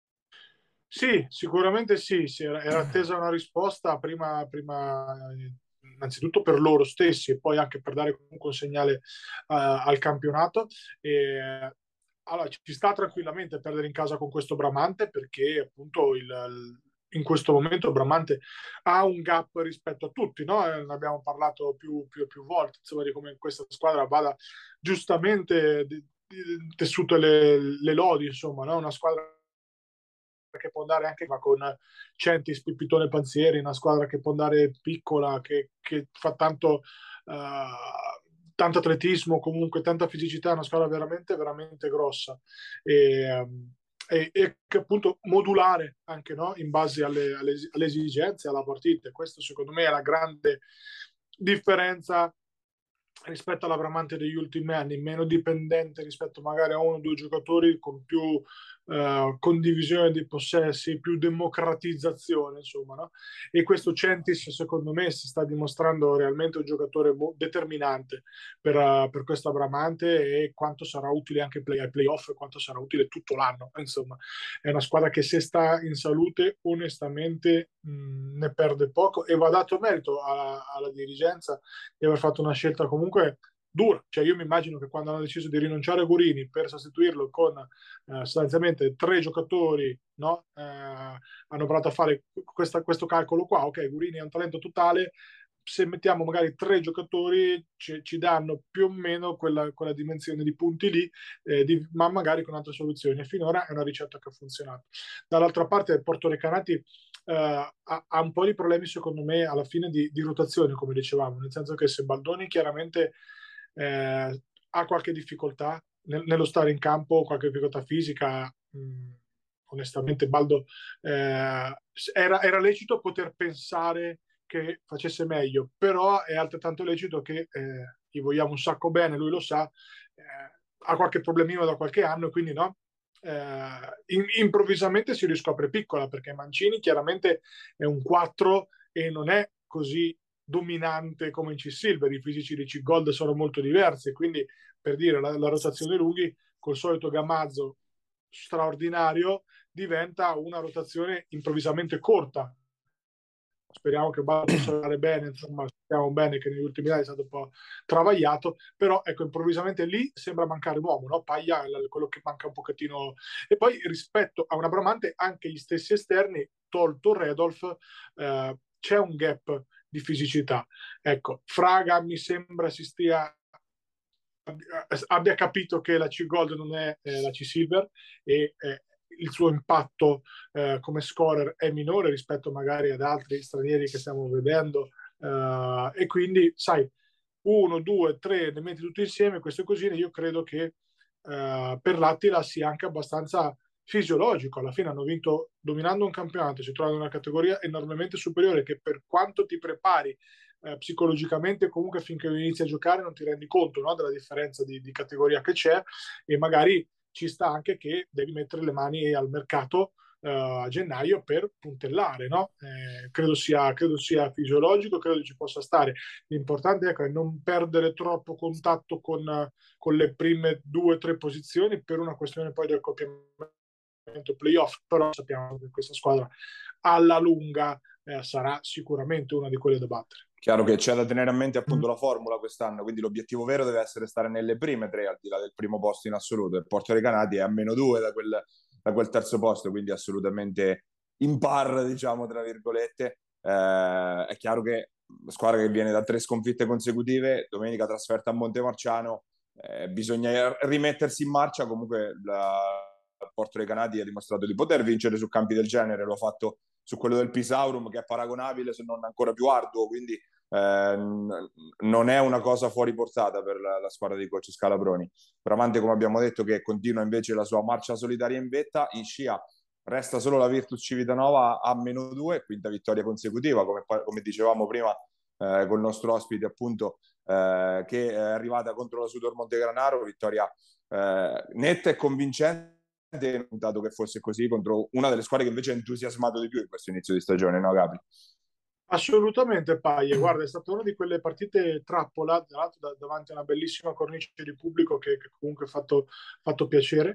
Sì, sicuramente sì, era attesa una risposta prima innanzitutto per loro stessi e poi anche per dare comunque un segnale al campionato. Allora, ci sta tranquillamente perdere in casa con questo Bramante, perché appunto in questo momento il Bramante ha un gap rispetto a tutti, no? Ne abbiamo parlato più volte, insomma, di come questa squadra vada giustamente tessute le lodi, insomma, no? Una squadra che può andare anche con Centi, Spippitone, Panzieri, una squadra che può andare piccola, che fa tanto atletismo, comunque tanta fisicità, una squadra veramente grossa e che appunto modulare anche, no? In base alle esigenze, alla partita. Questo secondo me è la grande differenza rispetto alla Bramante degli ultimi anni, meno dipendente rispetto magari a uno o due giocatori, con più condivisione dei possessi, più democratizzazione, insomma, no? E questo Centis secondo me si sta dimostrando realmente un giocatore determinante per questa Bramante, e quanto sarà utile anche ai playoff, e quanto sarà utile tutto l'anno. Insomma, è una squadra che, se sta in salute, onestamente ne perde poco, e va dato merito alla dirigenza di aver fatto una scelta comunque dura. Cioè, io mi immagino che quando hanno deciso di rinunciare a Gurini per sostituirlo con sostanzialmente 3 giocatori, no? Hanno provato a fare questo calcolo qua. Ok, Gurini è un talento totale, se mettiamo magari 3 giocatori ci danno più o meno quella dimensione di punti lì, ma magari con altre soluzioni, e finora è una ricetta che ha funzionato. Dall'altra parte Porto Recanati ha un po' di problemi secondo me alla fine di rotazione, come dicevamo, nel senso che se Baldoni chiaramente ha qualche difficoltà nello stare in campo, qualche difficoltà fisica, onestamente Baldo era lecito poter pensare che facesse meglio, però è altrettanto lecito che gli vogliamo un sacco bene, lui lo sa, ha qualche problemino da qualche anno, quindi no, improvvisamente si riscopre piccola, perché Mancini chiaramente è un 4 e non è così dominante come in C-Silver, i fisici di C-Gold sono molto diversi, quindi per dire la rotazione lunghi col solito gamazzo straordinario diventa una rotazione improvvisamente corta. Speriamo che Baldo possa andare bene, insomma, speriamo bene, che negli ultimi anni è stato un po' travagliato, però ecco, improvvisamente lì sembra mancare un uomo, no? Paglia è quello che manca un pochettino. E poi rispetto a una Bramante, anche gli stessi esterni, tolto Redolf, c'è un gap di fisicità. Ecco, Fraga mi sembra abbia capito che la C-Gold non è la C-Silver e il suo impatto come scorer è minore rispetto magari ad altri stranieri che stiamo vedendo, e quindi sai, 1, 2, 3 ne metti tutti insieme queste cosine, io credo che per l'Attila sia anche abbastanza fisiologico. Alla fine hanno vinto dominando un campionato, si trovano in una categoria enormemente superiore che, per quanto ti prepari psicologicamente, comunque finché inizi a giocare non ti rendi conto, no, della differenza di categoria che c'è, e magari ci sta anche che devi mettere le mani al mercato a gennaio per puntellare, no? Credo sia fisiologico, credo ci possa stare. L'importante, ecco, è non perdere troppo contatto con le prime 2 o 3 posizioni per una questione poi del accoppiamento playoff, però sappiamo che questa squadra alla lunga sarà sicuramente una di quelle da battere. Chiaro che c'è da tenere a mente appunto la formula quest'anno, quindi l'obiettivo vero deve essere stare nelle prime 3 al di là del primo posto in assoluto. Il Porto Recanati è a -2 da quel terzo posto, quindi assolutamente in par, diciamo, tra virgolette. È chiaro che la squadra che viene da 3 sconfitte consecutive, domenica trasferta a Montemarciano, bisogna rimettersi in marcia. Comunque il Porto Recanati ha dimostrato di poter vincere su campi del genere, lo ha fatto su quello del Pisaurum, che è paragonabile se non ancora più arduo, quindi non è una cosa fuori portata per la squadra di coach Scalabroni. Bramante, come abbiamo detto, che continua invece la sua marcia solitaria in vetta. In scia resta solo la Virtus Civitanova a -2, quinta vittoria consecutiva, come dicevamo prima col nostro ospite, appunto, che è arrivata contro la Sudor Montegranaro, vittoria netta e convincente, dato che fosse così, contro una delle squadre che invece ha entusiasmato di più in questo inizio di stagione, no Gabri? Assolutamente, Paglia. Guarda, è stata una di quelle partite trappola, tra l'altro davanti a una bellissima cornice di pubblico che comunque ha fatto piacere,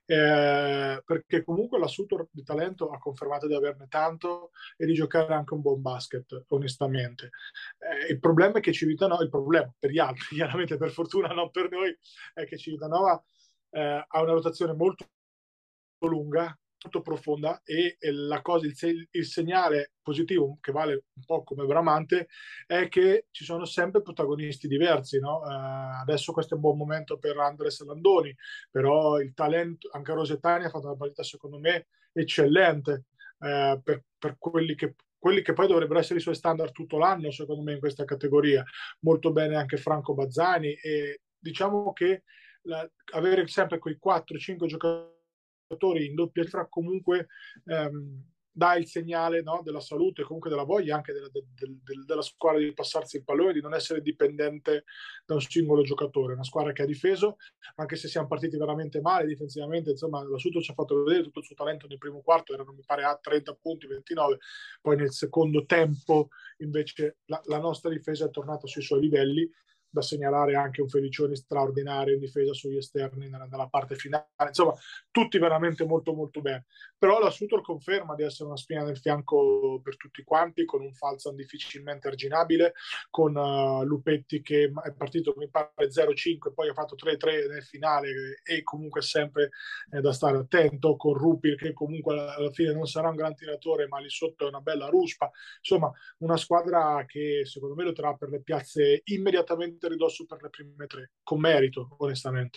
perché comunque la Sutor di talento ha confermato di averne tanto e di giocare anche un buon basket, onestamente. Il problema è che Civitanova, il problema per gli altri, chiaramente, per fortuna non per noi, è che Civitanova ha una rotazione molto lunga, molto profonda, e la cosa, il segnale positivo, che vale un po' come Bramante, è che ci sono sempre protagonisti diversi, no? Adesso questo è un buon momento per Andres Landoni, però il talento, anche Rosettani ha fatto una partita secondo me eccellente, per quelli che poi dovrebbero essere i suoi standard tutto l'anno, secondo me, in questa categoria. Molto bene anche Franco Bazzani, e diciamo che avere sempre quei 4-5 giocatori in doppia cifra comunque dà il segnale, no, della salute, comunque della voglia anche della squadra di passarsi il pallone, di non essere dipendente da un singolo giocatore. Una squadra che ha difeso, anche se siamo partiti veramente male difensivamente, insomma la Suto ci ha fatto vedere tutto il suo talento nel primo quarto, erano mi pare a 30 punti, 29, poi nel secondo tempo invece la nostra difesa è tornata sui suoi livelli. Da segnalare anche un Felicioni straordinario in difesa sugli esterni nella parte finale, insomma tutti veramente molto molto bene. Però la Sutor conferma di essere una spina nel fianco per tutti quanti, con un Falzan difficilmente arginabile, con Lupetti che è partito mi pare 0-5, poi ha fatto 3-3 nel finale e comunque sempre da stare attento, con Rupir che comunque alla fine non sarà un gran tiratore, ma lì sotto è una bella ruspa. Insomma, una squadra che secondo me lotterà per le piazze immediatamente ridosso per le prime 3, con merito, onestamente.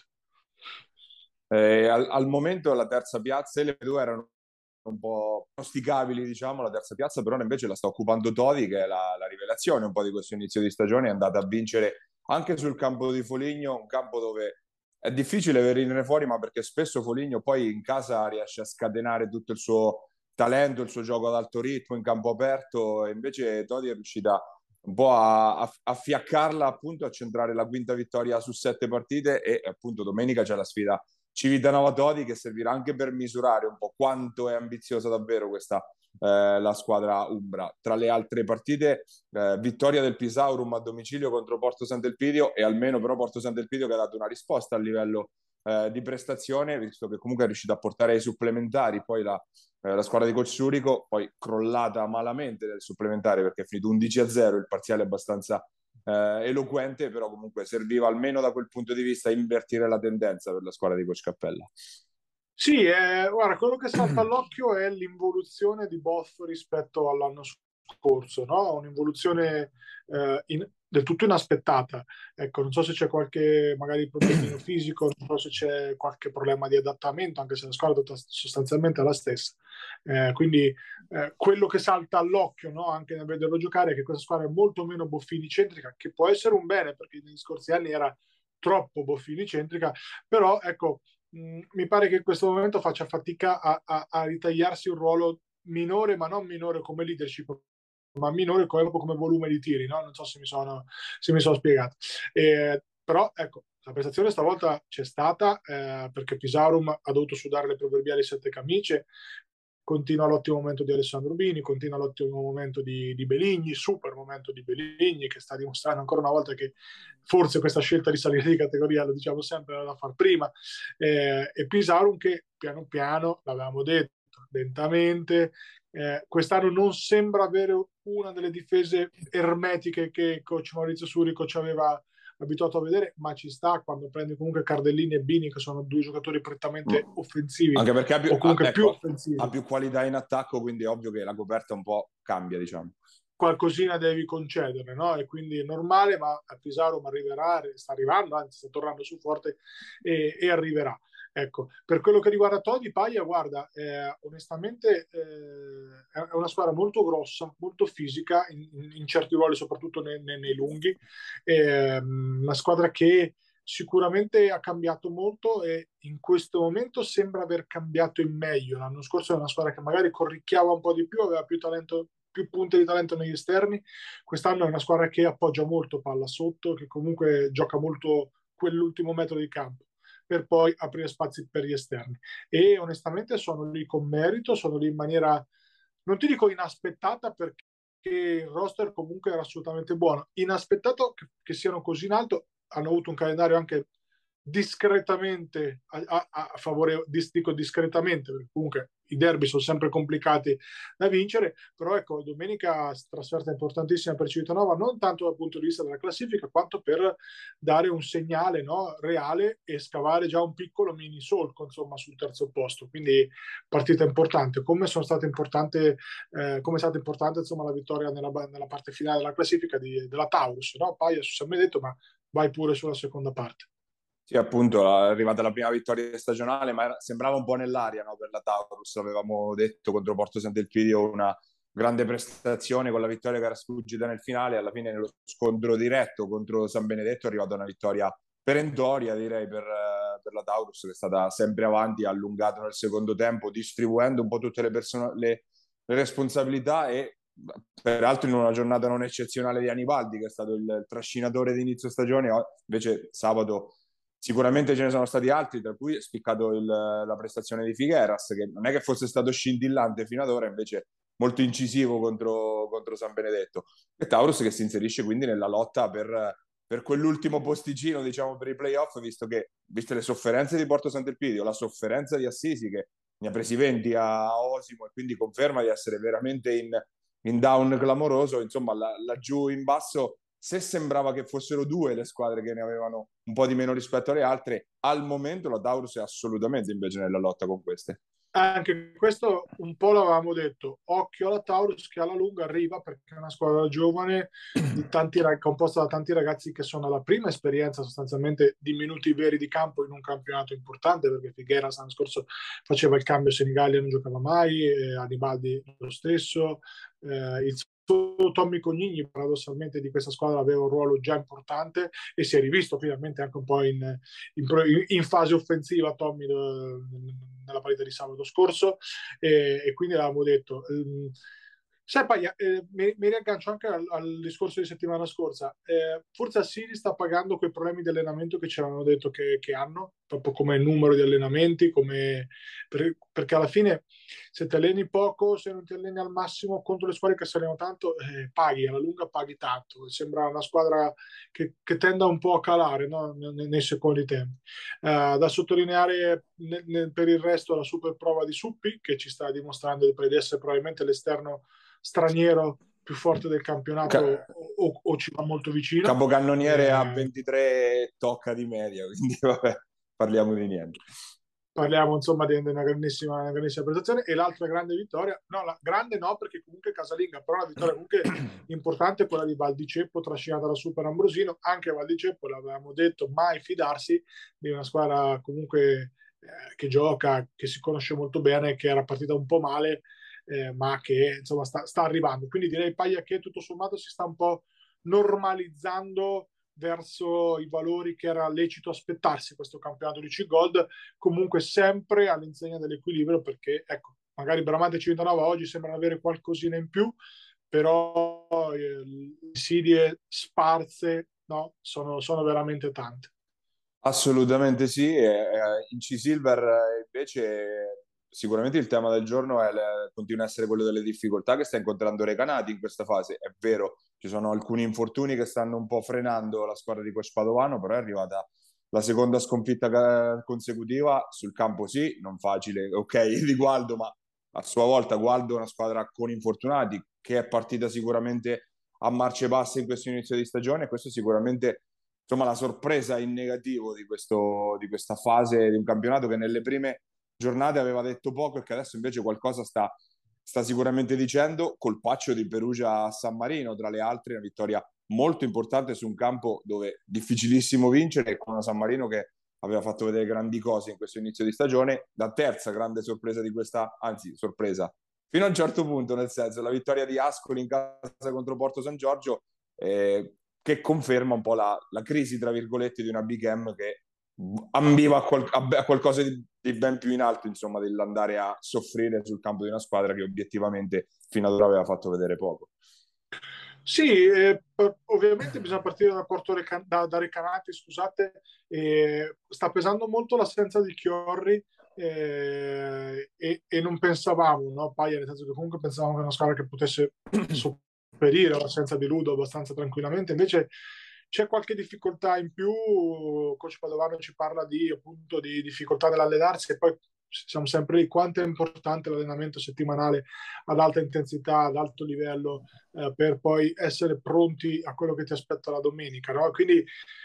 Al momento la terza piazza, e le 2 erano un po' pronosticabili, diciamo. La terza piazza però invece la sta occupando Todi, che è la rivelazione un po' di questo inizio di stagione, è andata a vincere anche sul campo di Foligno, un campo dove è difficile venire fuori, ma perché spesso Foligno poi in casa riesce a scatenare tutto il suo talento, il suo gioco ad alto ritmo in campo aperto, e invece Todi è riuscita un po' a fiaccarla, appunto, a centrare la quinta vittoria su 7 partite, e appunto domenica c'è la sfida Civitanova-Todi, che servirà anche per misurare un po' quanto è ambiziosa davvero questa la squadra umbra. Tra le altre partite, vittoria del Pisaurum a domicilio contro Porto Sant'Elpidio, e almeno però Porto Sant'Elpidio che ha dato una risposta a livello di prestazione, visto che comunque è riuscito a portare ai supplementari poi la squadra di Coach Surico, poi crollata malamente nel supplementare perché è finito 11-0, il parziale è abbastanza eloquente, però comunque serviva almeno da quel punto di vista invertire la tendenza per la squadra di Coach Cappella. Sì, guarda, quello che salta all'occhio è l'involuzione di Boff rispetto all'anno scorso, no? Un'involuzione del tutto inaspettata. Ecco, non so se c'è qualche magari problemino fisico, non so se c'è qualche problema di adattamento, anche se la squadra sostanzialmente è la stessa. Quindi quello che salta all'occhio, no? Anche nel vederlo giocare, è che questa squadra è molto meno Boffini-centrica, che può essere un bene, perché negli scorsi anni era troppo Boffini-centrica, però ecco, mi pare che in questo momento faccia fatica a ritagliarsi un ruolo minore, ma non minore come leadership, ma minore come volume di tiri, no? Non so se mi sono spiegato. Però ecco, la prestazione stavolta c'è stata, perché Pisaurum ha dovuto sudare le proverbiali 7 camicie. Continua l'ottimo momento di Alessandro Bini, continua l'ottimo momento di Beligni, super momento di Beligni, che sta dimostrando ancora una volta che forse questa scelta di salire di categoria, lo diciamo sempre, era da far prima, e Pisaurum che piano piano, l'avevamo detto, lentamente, quest'anno non sembra avere una delle difese ermetiche che coach Maurizio Surico ci aveva abituato a vedere, ma ci sta quando prendi comunque Cardellini e Bini, che sono due giocatori prettamente offensivi, anche perché o comunque più ecco, offensivi. ha più qualità in attacco, quindi è ovvio che la coperta un po' cambia, diciamo. Qualcosina devi concedere, no? E quindi è normale, ma Pisaurum arriverà, sta arrivando, anzi sta tornando su forte e arriverà. Ecco, per quello che riguarda Todi, Paglia, guarda, onestamente è una squadra molto grossa, molto fisica, in certi ruoli, soprattutto nei lunghi, una squadra che sicuramente ha cambiato molto e in questo momento sembra aver cambiato in meglio. L'anno scorso era una squadra che magari corricchiava un po' di più, aveva più talento, più punte di talento negli esterni. Quest'anno è una squadra che appoggia molto palla sotto, che comunque gioca molto quell'ultimo metro di campo per poi aprire spazi per gli esterni, e onestamente sono lì con merito, sono lì in maniera, non ti dico inaspettata, perché il roster comunque era assolutamente buono, inaspettato che siano così in alto. Hanno avuto un calendario anche discretamente a favore, dico discretamente, perché comunque i derby sono sempre complicati da vincere, però ecco, domenica trasferta importantissima per Civitanova, non tanto dal punto di vista della classifica, quanto per dare un segnale, no, reale, e scavare già un piccolo mini solco, insomma, sul terzo posto. Quindi partita importante, come è stata importante insomma la vittoria nella parte finale della classifica della Taurus, no? Paia su San Benedetto, ma vai pure sulla seconda parte. Sì, appunto, è arrivata la prima vittoria stagionale, ma sembrava un po' nell'aria, no, per la Taurus. Avevamo detto contro Porto Sant'Elpidio una grande prestazione con la vittoria che era sfuggita nel finale. Alla fine, nello scontro diretto contro San Benedetto, è arrivata una vittoria perentoria, direi, per la Taurus, che è stata sempre avanti, ha allungato nel secondo tempo, distribuendo un po' tutte le responsabilità, e peraltro in una giornata non eccezionale di Anibaldi, che è stato il trascinatore di inizio stagione. Invece sabato sicuramente ce ne sono stati altri, tra cui è spiccato la prestazione di Figueras, che non è che fosse stato scintillante fino ad ora, invece molto incisivo contro San Benedetto. E Taurus che si inserisce quindi nella lotta per quell'ultimo posticino, diciamo, per i playoff, viste le sofferenze di Porto Sant'Elpidio, la sofferenza di Assisi, che ne ha presi 20 a Osimo, e quindi conferma di essere veramente in down clamoroso. Insomma, laggiù in basso, se sembrava che fossero due le squadre che ne avevano un po' di meno rispetto alle altre, al momento la Taurus è assolutamente invece nella lotta con queste. Anche questo un po' l'avevamo detto, occhio alla Taurus che alla lunga arriva, perché è una squadra giovane composta da tanti ragazzi che sono alla prima esperienza sostanzialmente di minuti veri di campo in un campionato importante, perché Figueras l'anno scorso faceva il cambio, Senigallia non giocava mai, Anibaldi lo stesso, il solo Tommy Cognini, paradossalmente, di questa squadra aveva un ruolo già importante e si è rivisto finalmente anche un po' in fase offensiva Tommy nella partita di sabato scorso, e quindi avevamo detto sai Paglia, mi riaggancio anche al discorso di settimana scorsa. Forse Assisi sta pagando quei problemi di allenamento che ci avevano detto che hanno, proprio come numero di allenamenti, perché alla fine se ti alleni poco, se non ti alleni al massimo contro le squadre che si allenano tanto, paghi, alla lunga paghi tanto. Sembra una squadra che tende un po' a calare, no? nei secondi tempi. Da sottolineare per il resto la super prova di Suppi, che ci sta dimostrando di essere probabilmente l'esterno straniero più forte del campionato, o ci va molto vicino. Capocannoniere a 23 tocca di media, quindi vabbè, parliamo di niente. Parliamo insomma di una grandissima prestazione. E l'altra grande vittoria, no, la grande no, perché comunque casalinga, però una vittoria comunque importante è quella di Val di Ceppo, trascinata da Super Ambrosino. Anche Val di Ceppo, l'avevamo detto, mai fidarsi di una squadra comunque che gioca, che si conosce molto bene, che era partita un po' male, ma che insomma sta arrivando. Quindi direi, Paglia, che tutto sommato si sta un po' normalizzando verso i valori che era lecito aspettarsi questo campionato di C-Gold, comunque sempre all'insegna dell'equilibrio, perché ecco, magari Bramante e Civitanova oggi sembrano avere qualcosina in più, però le insidie sparse, no, sono veramente tante. Assolutamente sì. In C-Silver invece sicuramente il tema del giorno continua a essere quello delle difficoltà che sta incontrando Recanati in questa fase. È vero, ci sono alcuni infortuni che stanno un po' frenando la squadra di Coach Padovano, però è arrivata la seconda sconfitta consecutiva sul campo, sì, non facile, ok, di Gualdo, ma a sua volta Gualdo è una squadra con infortunati che è partita sicuramente a marce basse in questo inizio di stagione, e questo sicuramente, insomma, la sorpresa in negativo di questa fase di un campionato che nelle prime giornate aveva detto poco e che adesso invece qualcosa sta sicuramente dicendo. Colpaccio di Perugia a San Marino, tra le altre, una vittoria molto importante su un campo dove difficilissimo vincere, e con una San Marino che aveva fatto vedere grandi cose in questo inizio di stagione. La terza grande sorpresa di questa, anzi sorpresa fino a un certo punto, nel senso, la vittoria di Ascoli in casa contro Porto San Giorgio, che conferma un po' la crisi, tra virgolette, di una Big M che ambiva a qualcosa di ben più in alto, insomma, dell'andare a soffrire sul campo di una squadra che obiettivamente fino ad ora aveva fatto vedere poco. Sì, ovviamente bisogna partire da Recanati, scusate, sta pesando molto l'assenza di Chiorri, e non pensavamo, no, Paia, nel senso che comunque pensavamo che era una squadra che potesse sopperire l'assenza di Ludo abbastanza tranquillamente, invece c'è qualche difficoltà in più. Coach Padovano ci parla appunto di difficoltà nell'allenarsi, e poi siamo sempre lì, quanto è importante l'allenamento settimanale ad alta intensità, ad alto livello, per poi essere pronti a quello che ti aspetta la domenica, no? Quindi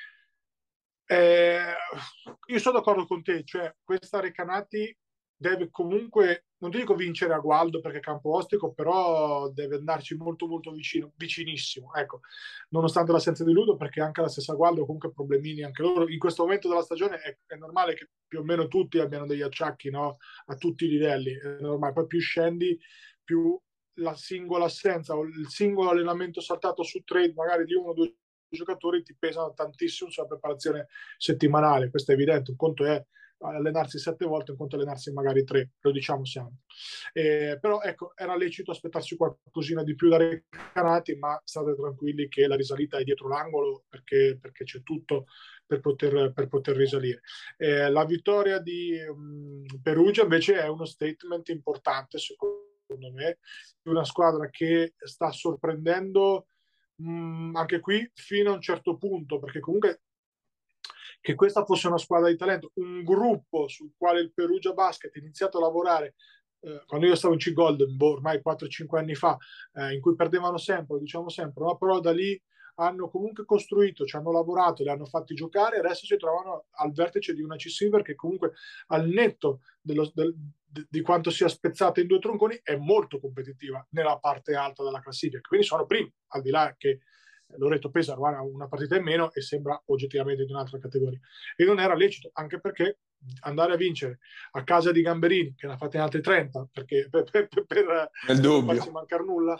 io sono d'accordo con te, cioè questa Recanati deve comunque, non ti dico vincere a Gualdo perché è campo ostico, però deve andarci molto molto vicino, vicinissimo, ecco, nonostante l'assenza di Ludo, perché anche la stessa Gualdo comunque problemini anche loro. In questo momento della stagione è normale che più o meno tutti abbiano degli acciacchi, no? A tutti i livelli, è normale. Poi più scendi, più la singola assenza o il singolo allenamento saltato su trade magari di uno o due giocatori ti pesano tantissimo sulla preparazione settimanale. Questo è evidente. Un conto è allenarsi 7 volte, un conto è allenarsi magari 3, lo diciamo sempre. Però ecco, era lecito aspettarsi qualcosina di più da Recanati, ma state tranquilli che la risalita è dietro l'angolo, perché c'è tutto per poter risalire. La vittoria di Perugia invece è uno statement importante, secondo me, di una squadra che sta sorprendendo anche qui fino a un certo punto, perché comunque che questa fosse una squadra di talento, un gruppo sul quale il Perugia Basket ha iniziato a lavorare quando io stavo in C-Gold, ormai 4-5 anni fa, in cui perdevano sempre, lo diciamo sempre, no? Però da lì hanno comunque costruito, ci hanno lavorato, li hanno fatti giocare, e adesso si trovano al vertice di una C-Silver che comunque, al netto di quanto sia spezzata in due tronconi, è molto competitiva nella parte alta della classifica, quindi sono primi, al di là che Loreto Pesaro ha una partita in meno e sembra oggettivamente di un'altra categoria, e non era lecito, anche perché andare a vincere a casa di Gamberini, che ne ha fatte in altri 30, perché per nel non dubbio, farci mancare nulla,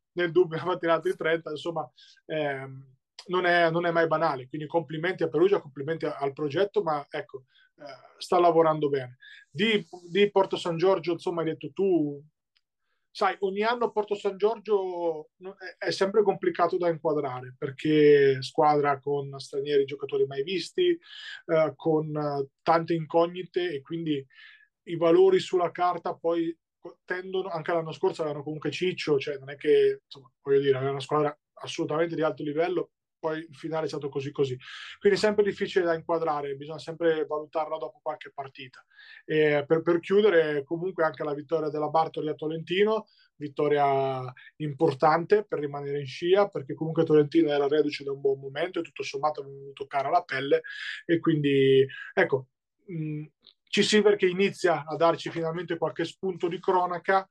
nel dubbio ha tirato i 30, insomma non è mai banale, quindi complimenti a Perugia, complimenti al progetto, ma ecco, sta lavorando bene. Di Porto San Giorgio, insomma, hai detto tu, sai, ogni anno Porto San Giorgio è sempre complicato da inquadrare, perché squadra con stranieri, giocatori mai visti, con tante incognite, e quindi i valori sulla carta poi tendono, anche l'anno scorso avevano comunque Ciccio, cioè non è che, insomma, voglio dire, aveva una squadra assolutamente di alto livello, poi il finale è stato così, quindi è sempre difficile da inquadrare, bisogna sempre valutarla dopo qualche partita. E per chiudere, comunque anche la vittoria della Bartoli a Tolentino, vittoria importante per rimanere in scia, perché comunque Tolentino era reduce da un buon momento e tutto sommato aveva venuto cara alla pelle, e quindi ecco, C-Silver che inizia a darci finalmente qualche spunto di cronaca,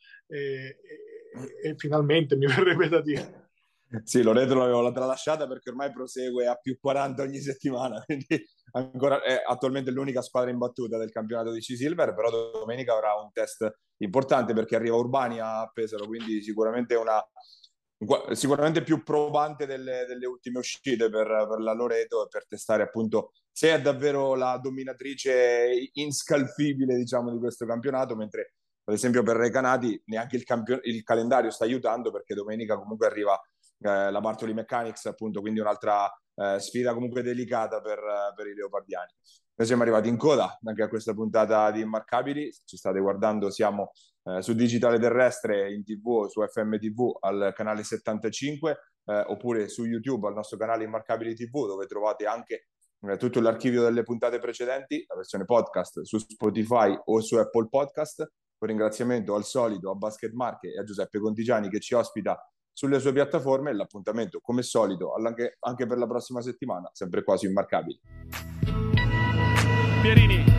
e finalmente, mi verrebbe da dire. Sì, Loreto l'avevo tralasciata perché ormai prosegue a più 40 ogni settimana, quindi ancora è attualmente l'unica squadra imbattuta del campionato di C-Silver, però domenica avrà un test importante perché arriva Urbani a Pesaro, quindi sicuramente più probante delle ultime uscite per la Loreto, e per testare appunto se è davvero la dominatrice inscalfibile, diciamo, di questo campionato, mentre ad esempio per Recanati neanche il calendario sta aiutando, perché domenica comunque arriva la Bartoli Mechanics, appunto, quindi un'altra sfida comunque delicata per i leopardiani. Noi siamo arrivati in coda anche a questa puntata di Immarcabili. Se ci state guardando, siamo su Digitale Terrestre, in TV o su FM TV al canale 75, oppure su YouTube al nostro canale Immarcabili TV, dove trovate anche tutto l'archivio delle puntate precedenti, la versione podcast su Spotify o su Apple Podcast. Un ringraziamento al solito a Basket Marche e a Giuseppe Contigiani che ci ospita sulle sue piattaforme, e l'appuntamento come solito anche per la prossima settimana, sempre qua su Immarcabili. Pierini